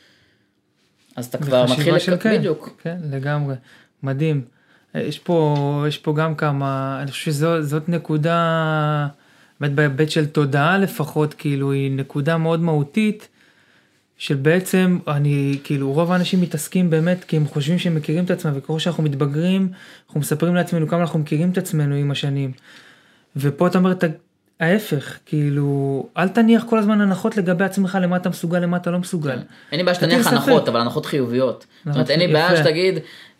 אז אתה כבר מתחיל בדיוק. כן, לגמרי. מדהים. יש פה גם כמה, אני חושב שזאת נקודה, באמת בהיבט של תודעה לפחות, כאילו היא נקודה מאוד מהותית, של בעצם, כאילו רוב האנשים מתעסקים באמת, כי הם חושבים שהם מכירים את עצמם, וככל שאנחנו מתבגרים, אנחנו מספרים לעצמנו כמה אנחנו מכירים את עצמנו עם השנים. ופה אתה אומר, ההפך, כאילו, אל תניח כל הזמן הנחות לגבי עצמך, למה אתה מסוגל, למה אתה לא מסוגל. אין לי בעיה שתניח הנחות, אבל הנחות חיוביות. זאת אומרת, אין לי בעיה שתגיד,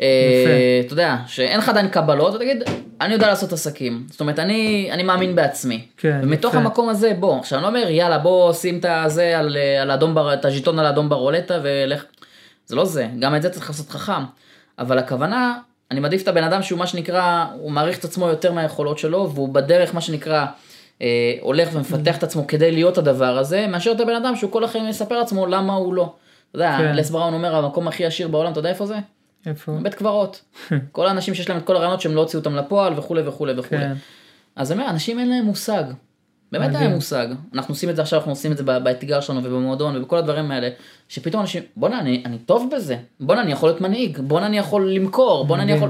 אתה יודע, שאין לך עדיין קבלות, ותגיד, אני יודע לעשות עסקים. זאת אומרת, אני מאמין בעצמי. ומתוך המקום הזה, בוא, עכשיו אני לא אומר, יאללה, בוא שים את זה את הז'יטון על האדום ברולטה, ולך, זה לא זה, גם את זה צריך לעשות חכם. אבל הכוונה, אני מעדיף את הבן אדם שהוא מה שנקרא, הוא מעריך את עצמו יותר מהיכולות שלו, והוא בדרך מה שנקרא, הולך ומפתח את עצמו כדי להיות הדבר הזה, מאשר את הבן אדם שהוא כל החיים יספר לעצמו למה הוא לא. אתה יודע, לס בראון אומר, המקום הכי עשיר בעולם, אתה יודע איפה זה? איפה? בית קברות. כל האנשים שיש להם את כל הרעיונות שהם לא הוציאו אותם לפועל וכו' וכו' וכו'. אז אני אומר, אנשים אין להם מושג. באמת אין להם מושג. אנחנו עושים את זה עכשיו, אנחנו עושים את זה באתגר שלנו ובמועדון ובכל הדברים האלה, שפתאום אנשים, בוא'נה, אני טוב בזה. בוא'נה, אני יכול להיות מנהיג. בוא'נה, אני יכול למכור. בוא'נה, אני יכול...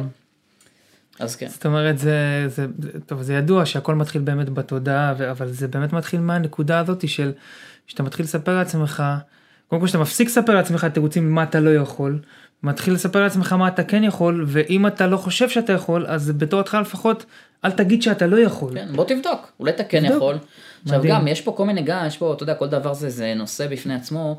אז כן. זאת אומרת, זה ידוע שהכל מתחיל באמת בתודעה, אבל זה באמת מתחיל מהנקודה הזאת של, שאתה מתחיל לספר לעצמך, קודם כל שאתה מפסיק לספר לעצמך תירוצים מה אתה לא יכול, מתחיל לספר לעצמך מה אתה כן יכול, ואם אתה לא חושב שאתה יכול, אז בתור התחלה לפחות, אל תגיד שאתה לא יכול. כן, בוא תבדוק, אולי אתה כן יכול. עכשיו גם, יש פה כל מיני גם, יש פה, אתה יודע, כל דבר זה נושא בפני עצמו,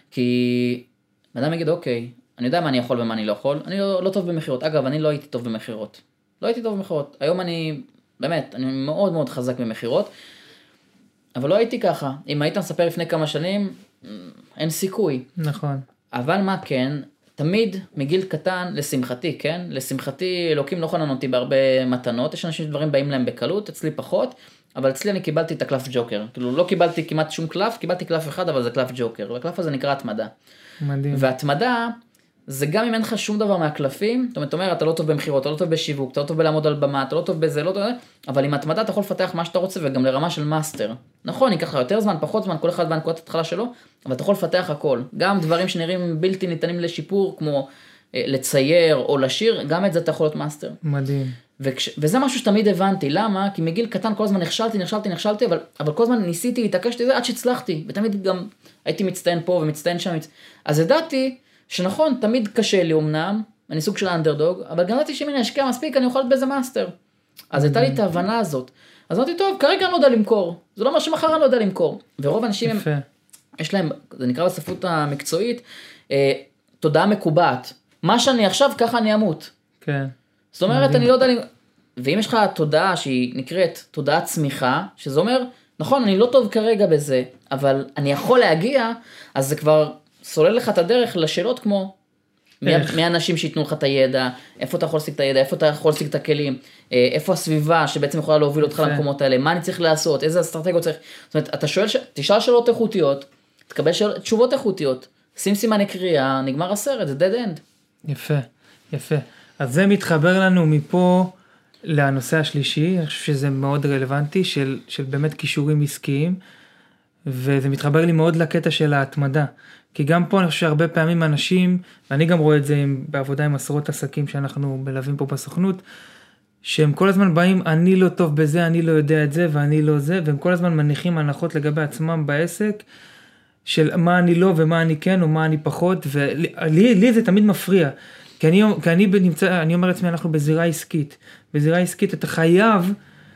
כי אדם יגיד, אוקיי, אני יודע מה אני יכול ומה אני לא יכול, אני לא טוב במחירות. אגב, אני לא הייתי טוב במחירות. לא הייתי טוב במחירות. היום אני מאוד מאוד חזק במחירות, אבל לא הייתי ככה. אם היית מספר לפני כמה שנים, אין סיכוי. נכון. אבל מה כן, תמיד מגיל קטן, לשמחתי, כן? לשמחתי, אלוקים לא חנן אותי בהרבה מתנות, יש אנשים שדברים באים להם בקלות, אצלי פחות, אבל אצלי אני קיבלתי את הקלף ג'וקר. כאילו לא קיבלתי כמעט שום קלף, קיבלתי קלף אחד, אבל זה קלף ג'וקר. והקלף הזה נקרא התמדה. מדהים. והתמדה, זה גם אם אין לך שום דבר מהקלפים, זאת אומרת, אתה לא טוב במחירות, אתה לא טוב בשיווק, אתה לא טוב בלעמוד על במה, אתה לא טוב בזה, לא טוב, אבל עם התמדה אתה יכול לפתח מה שאתה רוצה וגם לרמה של מאסטר. נכון, ייקח לך יותר זמן, פחות זמן, כל אחד בנקודת התחלה שלו, אבל אתה יכול לפתח הכל. גם דברים שנראים בלתי ניתנים לשיפור, כמו לצייר או לשיר, גם את זה אתה יכול להיות מאסטר. מדהים. וזה משהו שתמיד הבנתי, למה? כי מגיל קטן כל הזמן נכשלתי, אבל כל הזמן ניסיתי, התעקשתי זה עד שהצלחתי, ותמיד גם הייתי מצטיין פה ומצטיין שם. אז ידעתי שנכון, תמיד קשה לי אמנם, אני סוג של אנדרדוג, אבל גם ידעתי שאם אני אשקיע מספיק, אני יכול להיות באיזה מאסטר. אז הייתה לי את ההבנה הזאת. אז אמרתי, טוב, כרגע אני לא יודע למכור. זה לא מה שמחר אני לא יודע למכור. ורוב האנשים, יש להם, זה נקרא בספרות המקצועית, תודעה מקובעת. מה שאני עכשיו, ככה אני אמות. כן. זאת אומרת, אני לא יודע, ואם יש לך תודעה שהיא נקראת תודעת צמיחה, שזה אומר, נכון, אני לא טוב כרגע בזה, אבל אני יכול להגיע, אז זה כבר סולל לך את הדרך לשאלות כמו, מי האנשים שיתנו לך את הידע, איפה אתה יכול להשיג את הידע, איפה אתה יכול להשיג את הכלים, איפה הסביבה שבעצם יכולה להוביל אותך למקומות האלה, מה אני צריך לעשות, איזה אסטרטגיות צריך, זאת אומרת, אתה שואל, תשאל שאלות איכותיות, תקבל תשובות איכותיות, שים סימני קריאה, נגמר הסרט, זה dead end. יפה, יפה. אז זה מתחבר לנו מפה לנושא השלישי, אני חושב שזה מאוד רלוונטי, של באמת כישורים עסקיים, וזה מתחבר לי מאוד לקטע של ההתמדה, כי גם פה אני חושב שהרבה פעמים אנשים, ואני גם רואה את זה בעבודה עם עשרות עסקים שאנחנו מלווים פה בסוכנות, שהם כל הזמן באים, אני לא טוב בזה, אני לא יודע את זה, ואני לא זה, והם כל הזמן מניחים הנחות לגבי עצמם בעסק, של מה אני לא ומה אני כן, או מה אני פחות, ולי זה תמיד מפריע, כי אני אומר לעצמי, אנחנו בזירה עסקית. בזירה עסקית אתה חייב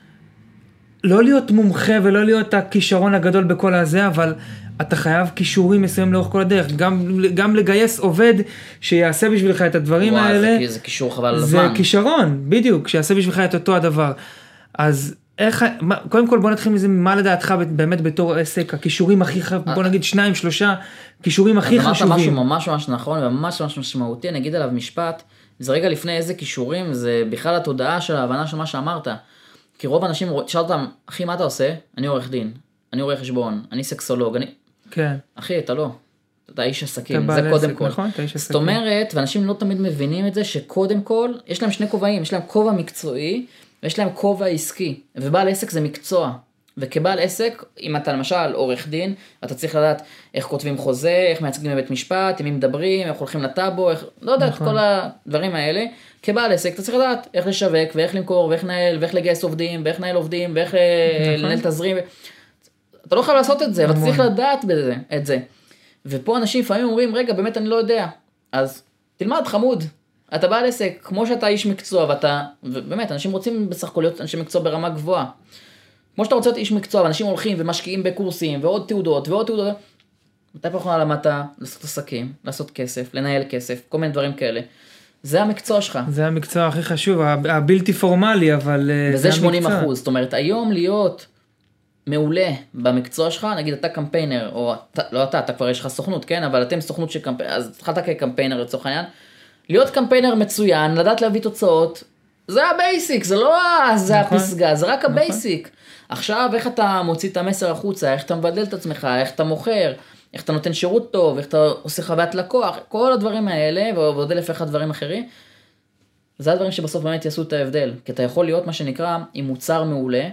לא להיות מומחה ולא להיות הכישרון הגדול בכל הזה, אבל אתה חייב כישורים מסוים לאורך כל הדרך. גם לגייס עובד שיעשה בשבילך את הדברים האלה. זה כישור חבל על הזמן. זה כישרון, בדיוק, שיעשה בשבילך את אותו הדבר. אז קודם כל בוא נתחיל מזה, מה לדעתך באמת בתור עסק, הכישורים הכי, בוא נגיד 2-3 כישורים הכי חשובים. אז אמרת משהו ממש ממש נכון וממש ממש משמעותי, אני אגיד עליו משפט, זה רגע לפני איזה כישורים, זה בכלל התודעה של ההבנה של מה שאמרת. כי רוב האנשים, תשאל אותם, אחי, מה אתה עושה? אני עורך דין, אני עורך חשבון, אני סקסולוג, כן. אחי, אתה לא. אתה איש עסקים, זה קודם כל. נכון, אתה איש עסקים. זאת אומרת, ואנשים לא תמיד מבינים את זה, שקודם כל, יש להם שני כובעים, יש להם כובע מקצועי, ויש להם כובע עסקי, ובעל עסק זה מקצוע. וכבעל עסק, אם אתה למשל עורך דין, אתה צריך לדעת איך כותבים חוזה, איך מייצגים בבית משפט, עם מי מדברים, איך הולכים לטאבו, איך, לא יודע, נכון. כל הדברים האלה. כבעל עסק, אתה צריך לדעת איך לשווק, ואיך למכור, ואיך לנהל, ואיך לגייס עובדים, ואיך לנהל עובדים, ואיך לנהל תזרים. אתה לא חייב לעשות את זה, אבל אתה צריך לדעת בזה, את זה. ופה אנשים לפעמים אומרים, רגע, באמת אני לא יודע. אז תלמד, חמוד. אתה בעל עסק, כמו שאתה איש מקצוע, ובאמת, אנשים רוצים בסך הכל להיות אנשי מקצוע ברמה גבוהה. כמו שאתה רוצה להיות איש מקצוע, ואנשים הולכים ומשקיעים בקורסים, ועוד תעודות, ועוד תעודות. מתי פעם למדת לעשות עסקים, לעשות כסף, לנהל כסף, כל מיני דברים כאלה. זה המקצוע שלך. זה המקצוע הכי חשוב, הבלתי פורמלי, אבל זה המקצוע. וזה 80%. זאת אומרת, היום להיות מעולה במקצוע שלך, נגיד אתה קמפיינר, או לא אתה כבר יש לך סוכנות, כן? אבל אתם סוכנות של קמפיינר, אז התחלת כקמפיינר לצורך העניין. להיות קמפיינר מצוין, לדעת להביא תוצאות, זה הבייסיק, זה לא זה הפסגה, זה רק הבייסיק. עכשיו, איך אתה מוציא את המסר החוצה, איך אתה מבדל את עצמך, איך אתה מוכר, איך אתה נותן שירות טוב, איך אתה עושה חוויית לקוח, כל הדברים האלה, ועוד אלף אחד דברים אחרים, זה הדברים שבסוף באמת יעשו את ההבדל. כי אתה יכול להיות מה שנקרא עם מוצר מעולה,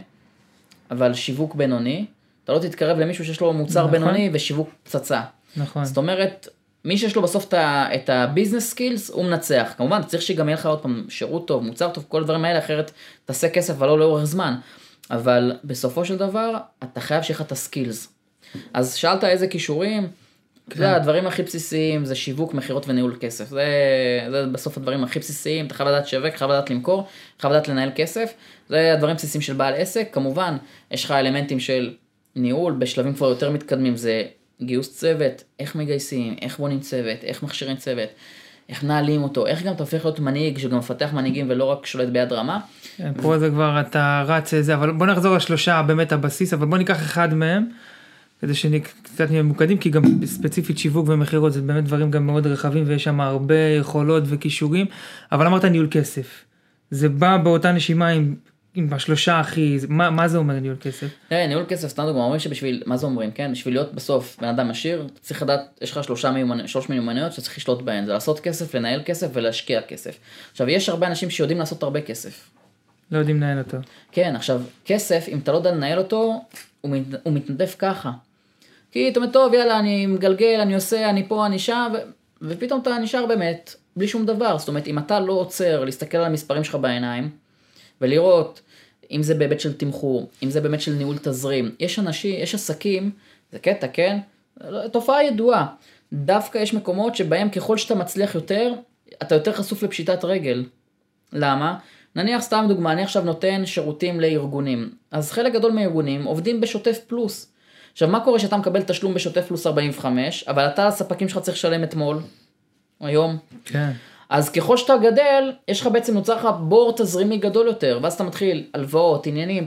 אבל שיווק בינוני, אתה לא תתקרב למישהו שיש לו מוצר בינוני ושיווק פצצה. נכון. זאת אומרת, מי שיש לו בסוף את הביזנס סקילס, הוא מנצח. כמובן, צריך שגם יהיה לך עוד פעם שירות טוב, מוצר טוב, כל הדברים האלה, אחרת תעשה כסף ולא לאורך זמן. אבל בסופו של דבר, אתה חייב שיהיה לך את הסקילס. אז שאלת איזה כישורים, זה הדברים הכי בסיסיים, זה שיווק, מחירות וניהול כסף. זה בסוף הדברים הכי בסיסיים, אתה חייב לדעת שווק, חייב לדעת למכור, חייב לדעת לנהל כסף. זה הדברים בסיסיים של בעל עסק. כמובן, יש לך אלמנטים של ניהול, בשלבים כבר יותר מתקדמים, זה גיוס צוות, איך מגייסים, איך בונים צוות, איך מכשירים צוות, איך נעלים אותו, איך גם אתה הופך להיות מנהיג, שגם מפתח מנהיגים ולא רק שולט ביד רמה. פה זה כבר אתה רץ איזה, אבל בוא נחזור לשלושה, באמת הבסיס, אבל בוא ניקח אחד מהם, כדי שקצת נהיה ממוקדים, כי גם ספציפית שיווק ומחירות, זה באמת דברים גם מאוד רחבים, ויש שם הרבה יכולות וכישורים, אבל אמרת ניהול כסף. זה בא באותה נשימה עם השלושה הכי, מה זה אומר ניהול כסף? ניהול כסף, סתם דוגמה, אומרים שבשביל, מה זה אומרים, כן? בשביל להיות בסוף בן אדם עשיר, אתה צריך לדעת, יש לך שלוש מיומנויות שצריך לשלוט בהן, זה לעשות כסף, לנהל כסף ולהשקיע כסף. עכשיו, יש הרבה אנשים שיודעים לעשות הרבה כסף. לא יודעים לנהל אותו. כן, עכשיו, כסף, אם אתה לא יודע לנהל אותו, הוא מתנדף ככה. כי אתה אומר, טוב, יאללה, אני מגלגל, אני עושה, אני פה, אני שם, ופתאום אתה נשאר באמת, בלי שום דבר. זאת אומרת, אם אתה לא עוצר להסתכל על המספרים שלך בעיניים, ולראות, אם זה בהיבט של תמחור, אם זה באמת של ניהול תזרים, יש עסקים, זה קטע, כן? תופעה ידועה. דווקא יש מקומות שבהם ככל שאתה מצליח יותר, אתה יותר חשוף לפשיטת רגל. למה? נניח סתם דוגמה, אני עכשיו נותן שירותים לארגונים. אז חלק גדול מהארגונים עובדים בשוטף פלוס. עכשיו, מה קורה שאתה מקבל תשלום בשוטף פלוס 45, אבל אתה, הספקים שלך צריך לשלם אתמול, היום? כן. אז ככל שאתה גדל, יש לך בעצם נוצר לך בור תזרימי גדול יותר, ואז אתה מתחיל הלוואות, עניינים,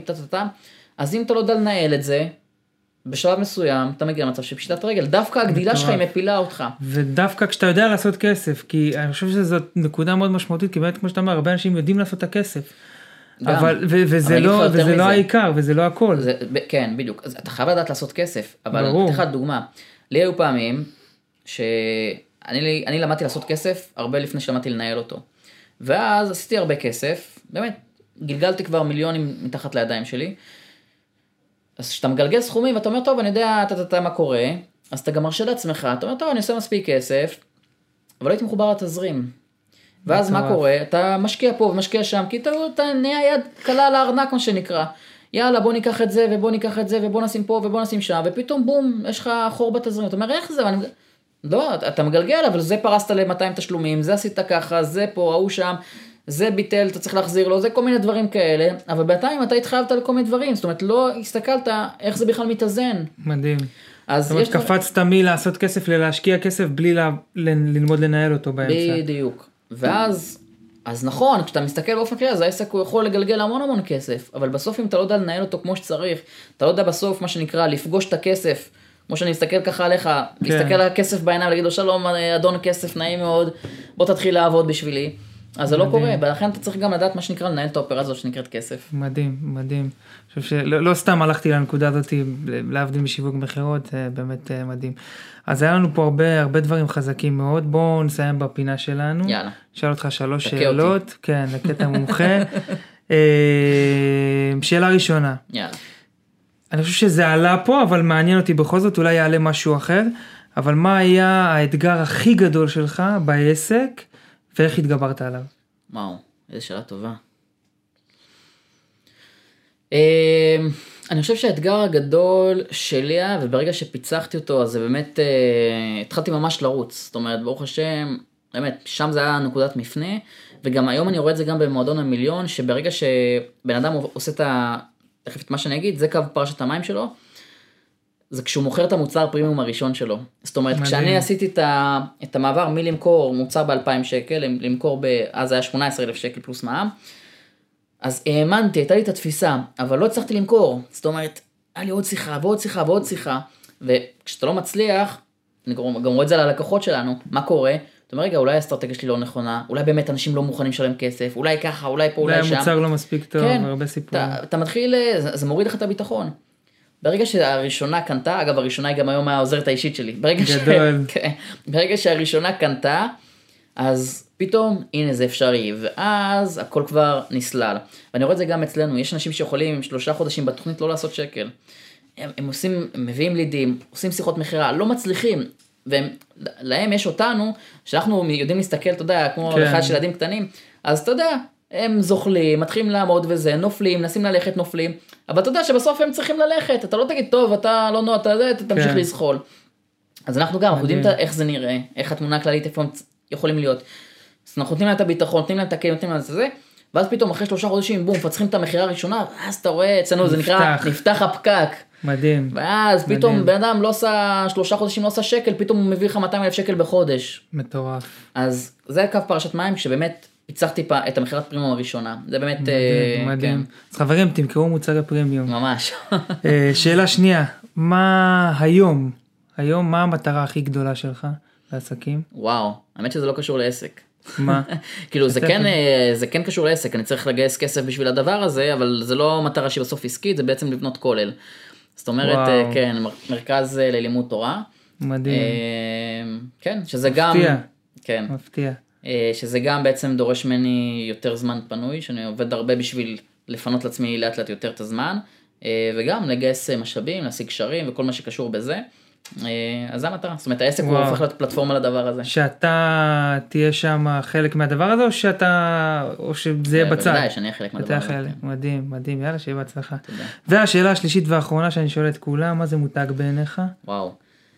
אז אם אתה לא יודע לנהל את זה, בשלב מסוים, אתה מגיע למצב של פשיטת רגל, דווקא הגדילה שלך היא מפילה אותך. ודווקא כשאתה יודע לעשות כסף, כי אני חושב שזאת נקודה מאוד משמעותית, כי באמת כמו שאתה אומר, הרבה אנשים יודעים לעשות את הכסף. וזה לא העיקר, וזה לא הכל. כן, בדיוק. אז אתה חייב לדעת לעשות כסף, אבל אני אתן לך דוגמה. לי היו פעמים שאני למדתי לעשות כסף הרבה לפני שלמדתי לנהל אותו. ואז עשיתי הרבה כסף, באמת, גלגלתי כבר מיליונים מתחת לידיים שלי. אז כשאתה מגלגל סכומים ואתה אומר, טוב, אני יודע מה קורה, אז אתה גם מרשה לעצמך, אתה אומר, טוב, אני עושה מספיק כסף, אבל לא הייתי מחובר לתזרים. ואז מה קורה? אתה משקיע פה ומשקיע שם, כי אתה נהיה יד קלה על הארנק, מה שנקרא. יאללה, בוא ניקח את זה, ובוא ניקח את זה, ובוא נשים פה, ובוא נשים שם, ופתאום בום, יש לך חור בתזרים. אתה אומר, איך זה? לא, אתה מגלגל, אבל זה פרסת ל-200 תשלומים, זה עשית ככה, זה פה, ראו שם, זה ביטל, אתה צריך להחזיר לו, זה כל מיני דברים כאלה, אבל בינתיים אתה התחייבת על כל מיני דברים, זאת אומרת, לא הסתכלת איך זה בכלל מתאזן. מדהים. זאת אומרת, קפצת מלעשות כסף ללהשקיע כסף, בלי ללמוד לנהל אותו באמצע. בדיוק. ואז, אז נכון, כשאתה מסתכל באופן כללי, אז העסק הוא יכול לגלגל המון כסף, אבל בסוף אם אתה לא יודע לנהל אותו כמו שצריך, אתה לא יודע בסוף מה שנקרא לפגוש את הכסף, כמו שאני מסתכל ככה עליך, להסתכל על הכסף בעיניים, להגיד לו שלום, אדון כסף, נעים מאוד, בוא תתחיל לעבוד בשבילי. אז זה לא קורה, ולכן אתה צריך גם לדעת מה שנקרא לנהל את האופרציה הזאת שנקראת כסף. מדהים, מדהים. אני חושב שלא סתם הלכתי לנקודה הזאת, להבדיל משיווק מכירות, באמת מדהים. אז היה לנו פה הרבה דברים חזקים מאוד, בואו נסיים בפינה שלנו. יאללה. שאל אותך 3 שאלות, כן, לקטע מומחה. שאלה ראשונה. יאללה. אני חושב שזה עלה פה, אבל מעניין אותי בכל זאת, אולי יעלה משהו אחר, אבל מה היה האתגר הכי גדול שלך בעסק, ואיך התגברת עליו? וואו, איזו שאלה טובה. אני חושב שהאתגר הגדול שלי, וברגע שפיצחתי אותו, אז זה באמת, התחלתי ממש לרוץ. זאת אומרת, ברוך השם, באמת, שם זה היה נקודת מפנה, וגם היום אני רואה את זה גם במועדון המיליון, שברגע שבן אדם עושה תכף את מה שאני אגיד, זה קו פרשת המים שלו, זה כשהוא מוכר את המוצר פרימיום הראשון שלו. זאת אומרת, כשאני עשיתי את המעבר מלמכור מוצר ב2,000 שקל, למכור אז היה 18,000 שקל פלוס מע"מ, אז האמנתי, הייתה לי את התפיסה, אבל לא הצלחתי למכור. זאת אומרת, היה לי עוד שיחה ועוד שיחה ועוד שיחה, וכשאתה לא מצליח, אני גם רואה את זה על הלקוחות שלנו, מה קורה? אתה אומר, רגע, אולי האסטרטגיה שלי לא נכונה, אולי באמת אנשים לא מוכנים לשלם כסף, אולי ככה, אולי פה, אולי שם. אולי המוצר לא מספיק טוב, כן, הרבה סיפורים. אתה מתחיל, זה מוריד לך את הביטחון. ברגע שהראשונה קנתה, אגב, הראשונה היא גם היום העוזרת האישית שלי. גדול. ברגע שהראשונה קנתה, אז פתאום, הנה זה אפשרי, ואז הכל כבר נסלל. ואני רואה את זה גם אצלנו, יש אנשים שיכולים 3 חודשים בתוכנית לא לעשות שקל. הם מביאים לידים, עושים שיחות מחירה, לא מצליחים, ולהם יש אותנו, שאנחנו יודעים להסתכל, אתה יודע, כמו אחד של ילדים קטנים, אז אתה יודע, הם זוכלים, מתחילים לעמוד וזה, נופלים, מנסים ללכת, נופלים, אבל אתה יודע שבסוף הם צריכים ללכת, אתה לא תגיד, טוב, אתה לא נוע, אתה תמשיך לזחול. אז אנחנו גם, אנחנו יודעים איך זה נראה, איך התמונה הכללית, איפה הם יכולים להיות. אז אנחנו נותנים להם את הביטחון, נותנים להם את הכלים, נותנים להם את זה, ואז פתאום אחרי 3 חודשים, בום, מפצחים את המחירה הראשונה, ואז אתה רואה, אצלנו זה נקרא, נפתח הפקק. מדהים. ואז פתאום בן אדם לא עושה 3 חודשים, לא עושה שקל, פתאום הוא מביא לך 200,000 שקל בחודש. מטורף. אז זה קו פרשת מים, שבאמת פיצחתי את המחירת פרימיום הראשונה. זה באמת... מדהים. אז חברים, תמכרו מוצרי פרימיום. ממש. שאלה שנייה, מה היום, מה המטרה הכי גדולה שלך לעסקים? וואו, האמת שזה לא קשור לעסק. מה? כאילו זה כן קשור לעסק, אני צריך לגייס כסף בשביל הדבר הזה, אבל זה לא מטרה שבסוף עסקית, זה בעצם לבנות כולל. זאת אומרת, כן, מרכז ללימוד תורה. מדהים. כן, שזה גם... מפתיע. כן. מפתיע. שזה גם בעצם דורש ממני יותר זמן פנוי, שאני עובד הרבה בשביל לפנות לעצמי לאט לאט יותר את הזמן, וגם לגייס משאבים, להשיג קשרים וכל מה שקשור בזה. אז זה המטרה, זאת אומרת העסק הוא הופך להיות פלטפורמה לדבר הזה. שאתה תהיה שם חלק מהדבר הזה או שזה יהיה בצד? בוודאי שאני אהיה חלק מהדבר הזה. מדהים, מדהים, יאללה שיהיה בהצלחה. והשאלה השלישית והאחרונה שאני שואל את כולם, מה זה מותג בעיניך? וואו,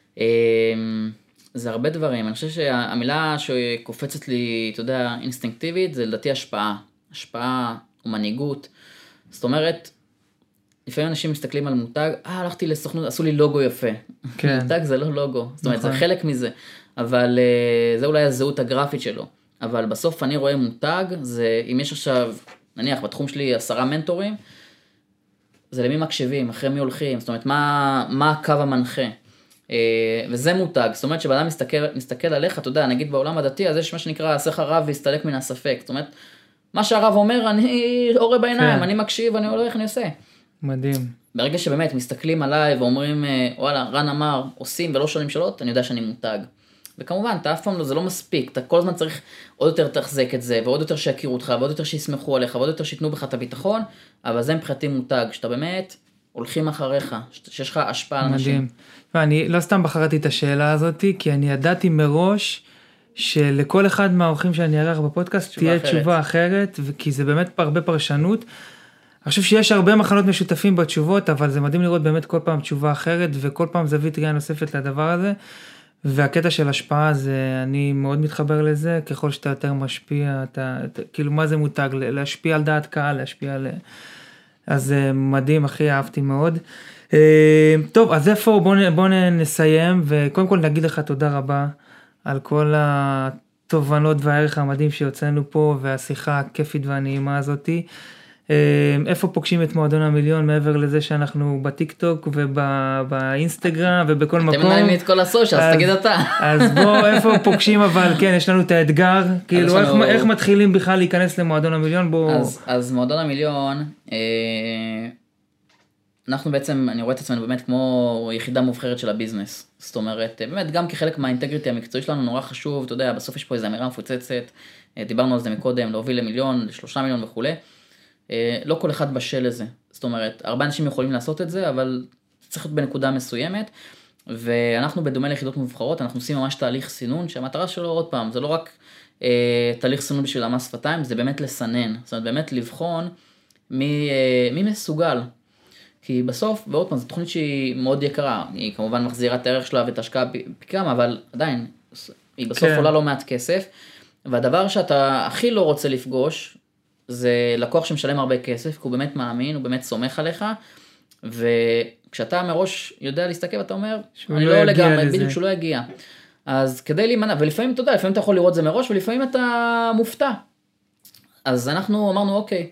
זה הרבה דברים, אני חושב שהמילה שקופצת לי, אתה יודע, אינסטינקטיבית, זה לדעתי השפעה ומנהיגות, זאת אומרת, לפעמים אנשים מסתכלים על מותג, הלכתי לסוכנות, עשו לי לוגו יפה. כן. מותג זה לא לוגו, זאת אומרת, זה חלק מזה, אבל זה אולי הזהות הגרפית שלו. אבל בסוף אני רואה מותג, זה, אם יש עכשיו, נניח, בתחום שלי 10 מנטורים, זה למי מקשיבים, אחרי מי הולכים, זאת אומרת, מה הקו המנחה. וזה מותג, זאת אומרת, שבאדם מסתכל עליך, אתה יודע, נגיד בעולם הדתי, אז יש מה שנקרא, עשיך רב והסתלק מן הספק. זאת אומרת, מה שהרב אומר, אני אורה בעיניים, אני מקשיב, אני הולך, אני עושה. מדהים. ברגע שבאמת מסתכלים עליי ואומרים, וואלה, רן אמר, עושים ולא שואלים שאלות, אני יודע שאני מותג. וכמובן, אתה אף פעם לא, זה לא מספיק, אתה כל הזמן צריך עוד יותר תחזק את זה, ועוד יותר שיכירו אותך, ועוד יותר שיסמכו עליך, ועוד יותר שיתנו בך את הביטחון, אבל זה מבחינתי מותג, שאתה באמת הולכים אחריך, שיש לך השפעה על אנשים. מדהים. ואני לא סתם בחרתי את השאלה הזאת, כי אני ידעתי מראש שלכל אחד מהאורחים שאני ארח בפודקאסט תהיה תשובה אחרת, כי זה באמת הרבה פרשנות. אני חושב שיש הרבה מחנות משותפים בתשובות, אבל זה מדהים לראות באמת כל פעם תשובה אחרת, וכל פעם זווית ראייה נוספת לדבר הזה, והקטע של השפעה זה, אני מאוד מתחבר לזה, ככל שאתה יותר משפיע, כאילו מה זה מותג, להשפיע על דעת קהל, להשפיע על... אז מדהים, הכי אהבתי מאוד. טוב, אז איפה בוא נסיים, וקודם כל נגיד לך תודה רבה, על כל התובנות והערך המדהים שיוצאנו פה, והשיחה הכיפית והנעימה הזאתי. איפה פוגשים את מועדון המיליון, מעבר לזה שאנחנו בטיק-טוק ובאינסטגרם ובכל מקום. אתם מנהלים את כל הסושיאל, אז תגיד אתה. אז בוא, איפה פוגשים, אבל כן, יש לנו את האתגר, כאילו, איך מתחילים בכלל להיכנס למועדון המיליון, בוא. אז מועדון המיליון, אנחנו בעצם, אני רואה את עצמנו באמת כמו יחידה מובחרת של הביזנס. זאת אומרת, באמת גם כחלק מהאינטגריטי המקצועי שלנו נורא חשוב, אתה יודע, בסוף יש פה איזו אמירה מפוצצת, דיברנו על זה מקודם, להוביל למיליון, ל3 מיליון וכו'. לא כל אחד בשל לזה. זאת אומרת, הרבה אנשים יכולים לעשות את זה, אבל צריך להיות בנקודה מסוימת, ואנחנו בדומה ליחידות מובחרות, אנחנו עושים ממש תהליך סינון, שהמטרה שלו עוד פעם, זה לא רק תהליך סינון בשביל המס שפתיים, זה באמת לסנן. זאת אומרת, באמת לבחון מי מסוגל. כי בסוף, ועוד פעם, זו תוכנית שהיא מאוד יקרה, היא כמובן מחזירה את הערך שלה ואת ההשקעה פי כמה, אבל עדיין, היא בסוף עולה לא מעט כסף, והדבר שאתה הכי לא רוצה לפגוש, זה לקוח שמשלם הרבה כסף, כי הוא באמת מאמין, הוא באמת סומך עליך, וכשאתה מראש יודע להסתכל, אתה אומר, אני לא לגמרי, בדיוק שהוא לא יגיע. אז כדי להימנע, ולפעמים אתה יודע, לפעמים אתה יכול לראות זה מראש, ולפעמים אתה מופתע. אז אנחנו אמרנו, אוקיי,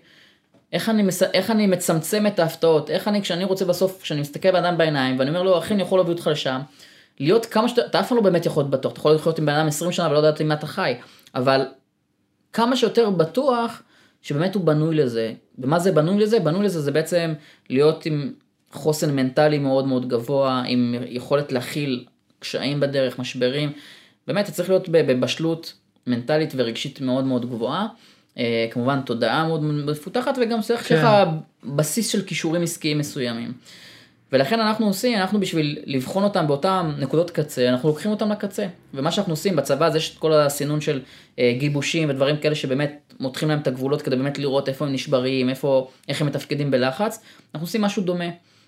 איך אני מצמצם את ההפתעות, איך אני, כשאני רוצה בסוף, כשאני מסתכל באדם בעיניים, ואני אומר לו, אחי, אני יכול להביא אותך לשם, להיות כמה אתה אף פעם לא באמת יכול להיות בטוח, אתה יכול להיות עם באדם 20 שנה, ולא יודעת עם מה אתה חי, אבל כמה שיותר בטוח, שבאמת הוא בנוי לזה. ומה זה בנוי לזה? בנוי לזה זה בעצם להיות עם חוסן מנטלי מאוד מאוד גבוה, עם יכולת להכיל קשיים בדרך, משברים. באמת, אתה צריך להיות בבשלות מנטלית ורגשית מאוד מאוד גבוהה. כמובן, תודעה מאוד מפותחת, וגם צריך לך בסיס של כישורים עסקיים מסוימים. ולכן אנחנו בשביל לבחון אותם באותם נקודות קצה, אנחנו לוקחים אותם לקצה. ומה שאנחנו עושים בצבא, זה יש את כל הסינון של גיבושים ודברים כאלה שבאמת מותחים להם את הגבולות, כדי באמת לראות איפה הם נשברים, איך הם מתפקדים בלחץ. אנחנו עושים משהו דומה.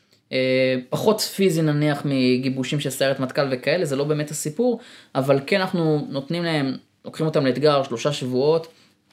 פחות פיזי נניח מגיבושים של סיירת מטכ"ל וכאלה, זה לא באמת הסיפור, אבל כן אנחנו נותנים להם, לוקחים אותם לאתגר 3 שבועות,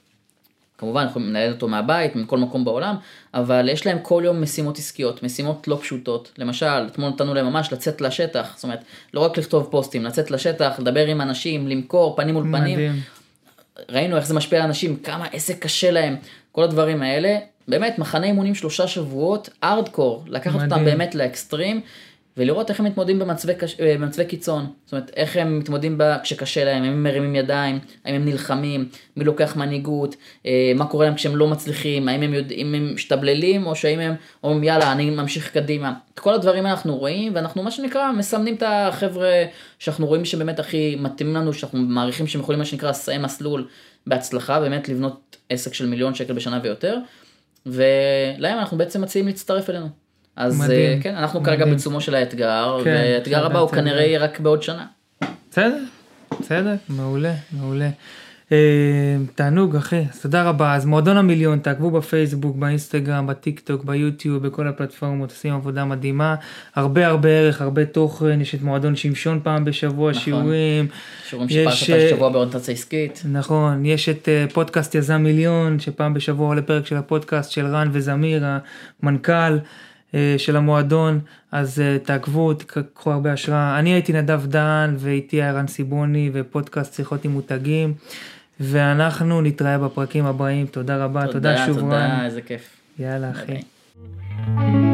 כמובן, אנחנו מנהל אותו מהבית, מכל מקום בעולם, אבל יש להם כל יום משימות עסקיות, משימות לא פשוטות. למשל, אתמול נתנו להם ממש לצאת לשטח, זאת אומרת, לא רק לכתוב פוסטים, לצאת לשטח, לדבר עם אנשים, למכור, פנים מול פנים. מדהים. ראינו איך זה משפיע על אנשים, כמה עסק קשה להם, כל הדברים האלה. באמת, מחנה אימונים 3 שבועות, ארדקור, לקחת אותם באמת לאקסטרים, ולראות איך הם מתמודדים במצבי קיצון. זאת אומרת, איך הם מתמודדים כשקשה להם, הם מרימים ידיים, האם הם נלחמים, מי לוקח מנהיגות, מה קורה להם כשהם לא מצליחים, האם הם יודעים, הם משתבללים, או שהאם הם אומרים, יאללה, אני ממשיך קדימה. את כל הדברים אנחנו רואים, ואנחנו מה שנקרא, מסמנים את החבר'ה שאנחנו רואים שבאמת הכי מתאימים לנו, שאנחנו מעריכים שהם יכולים מה שנקרא, לסיים מסלול בהצלחה, באמת לבנות עסק של 1,000,000 שקל בשנה ויותר, ולהם אנחנו בעצם מציעים להצטרף אלינו. אז כן, אנחנו כרגע בעיצומו של האתגר, והאתגר הבא הוא כנראה יהיה רק בעוד שנה. בסדר, מעולה, מעולה. תענוג אחי, תודה רבה. אז מועדון המיליון, תעקבו בפייסבוק, באינסטגרם, בטיק-טוק, ביוטיוב, בכל הפלטפורמות, עושים עבודה מדהימה, הרבה ערך, הרבה תוכן, יש את מועדון שמשון פעם בשבוע, שיעורים. שיעורים שפרשת שבוע באוריינטציה עסקית. נכון, יש את פודקאסט יזם מיליון, שפעם בשבוע עולה פרק של הפודקאסט של רן וזמיר, המנכ"ל של המועדון, אז תעקבו, תקחו הרבה השראה. אני הייתי נדב דן, ואיתי ערן סיבוני, ופודקאסט שיחות עם מותגים, ואנחנו נתראה בפרקים הבאים. תודה רבה, תודה שוב רן. תודה, איזה כיף. יאללה אחי.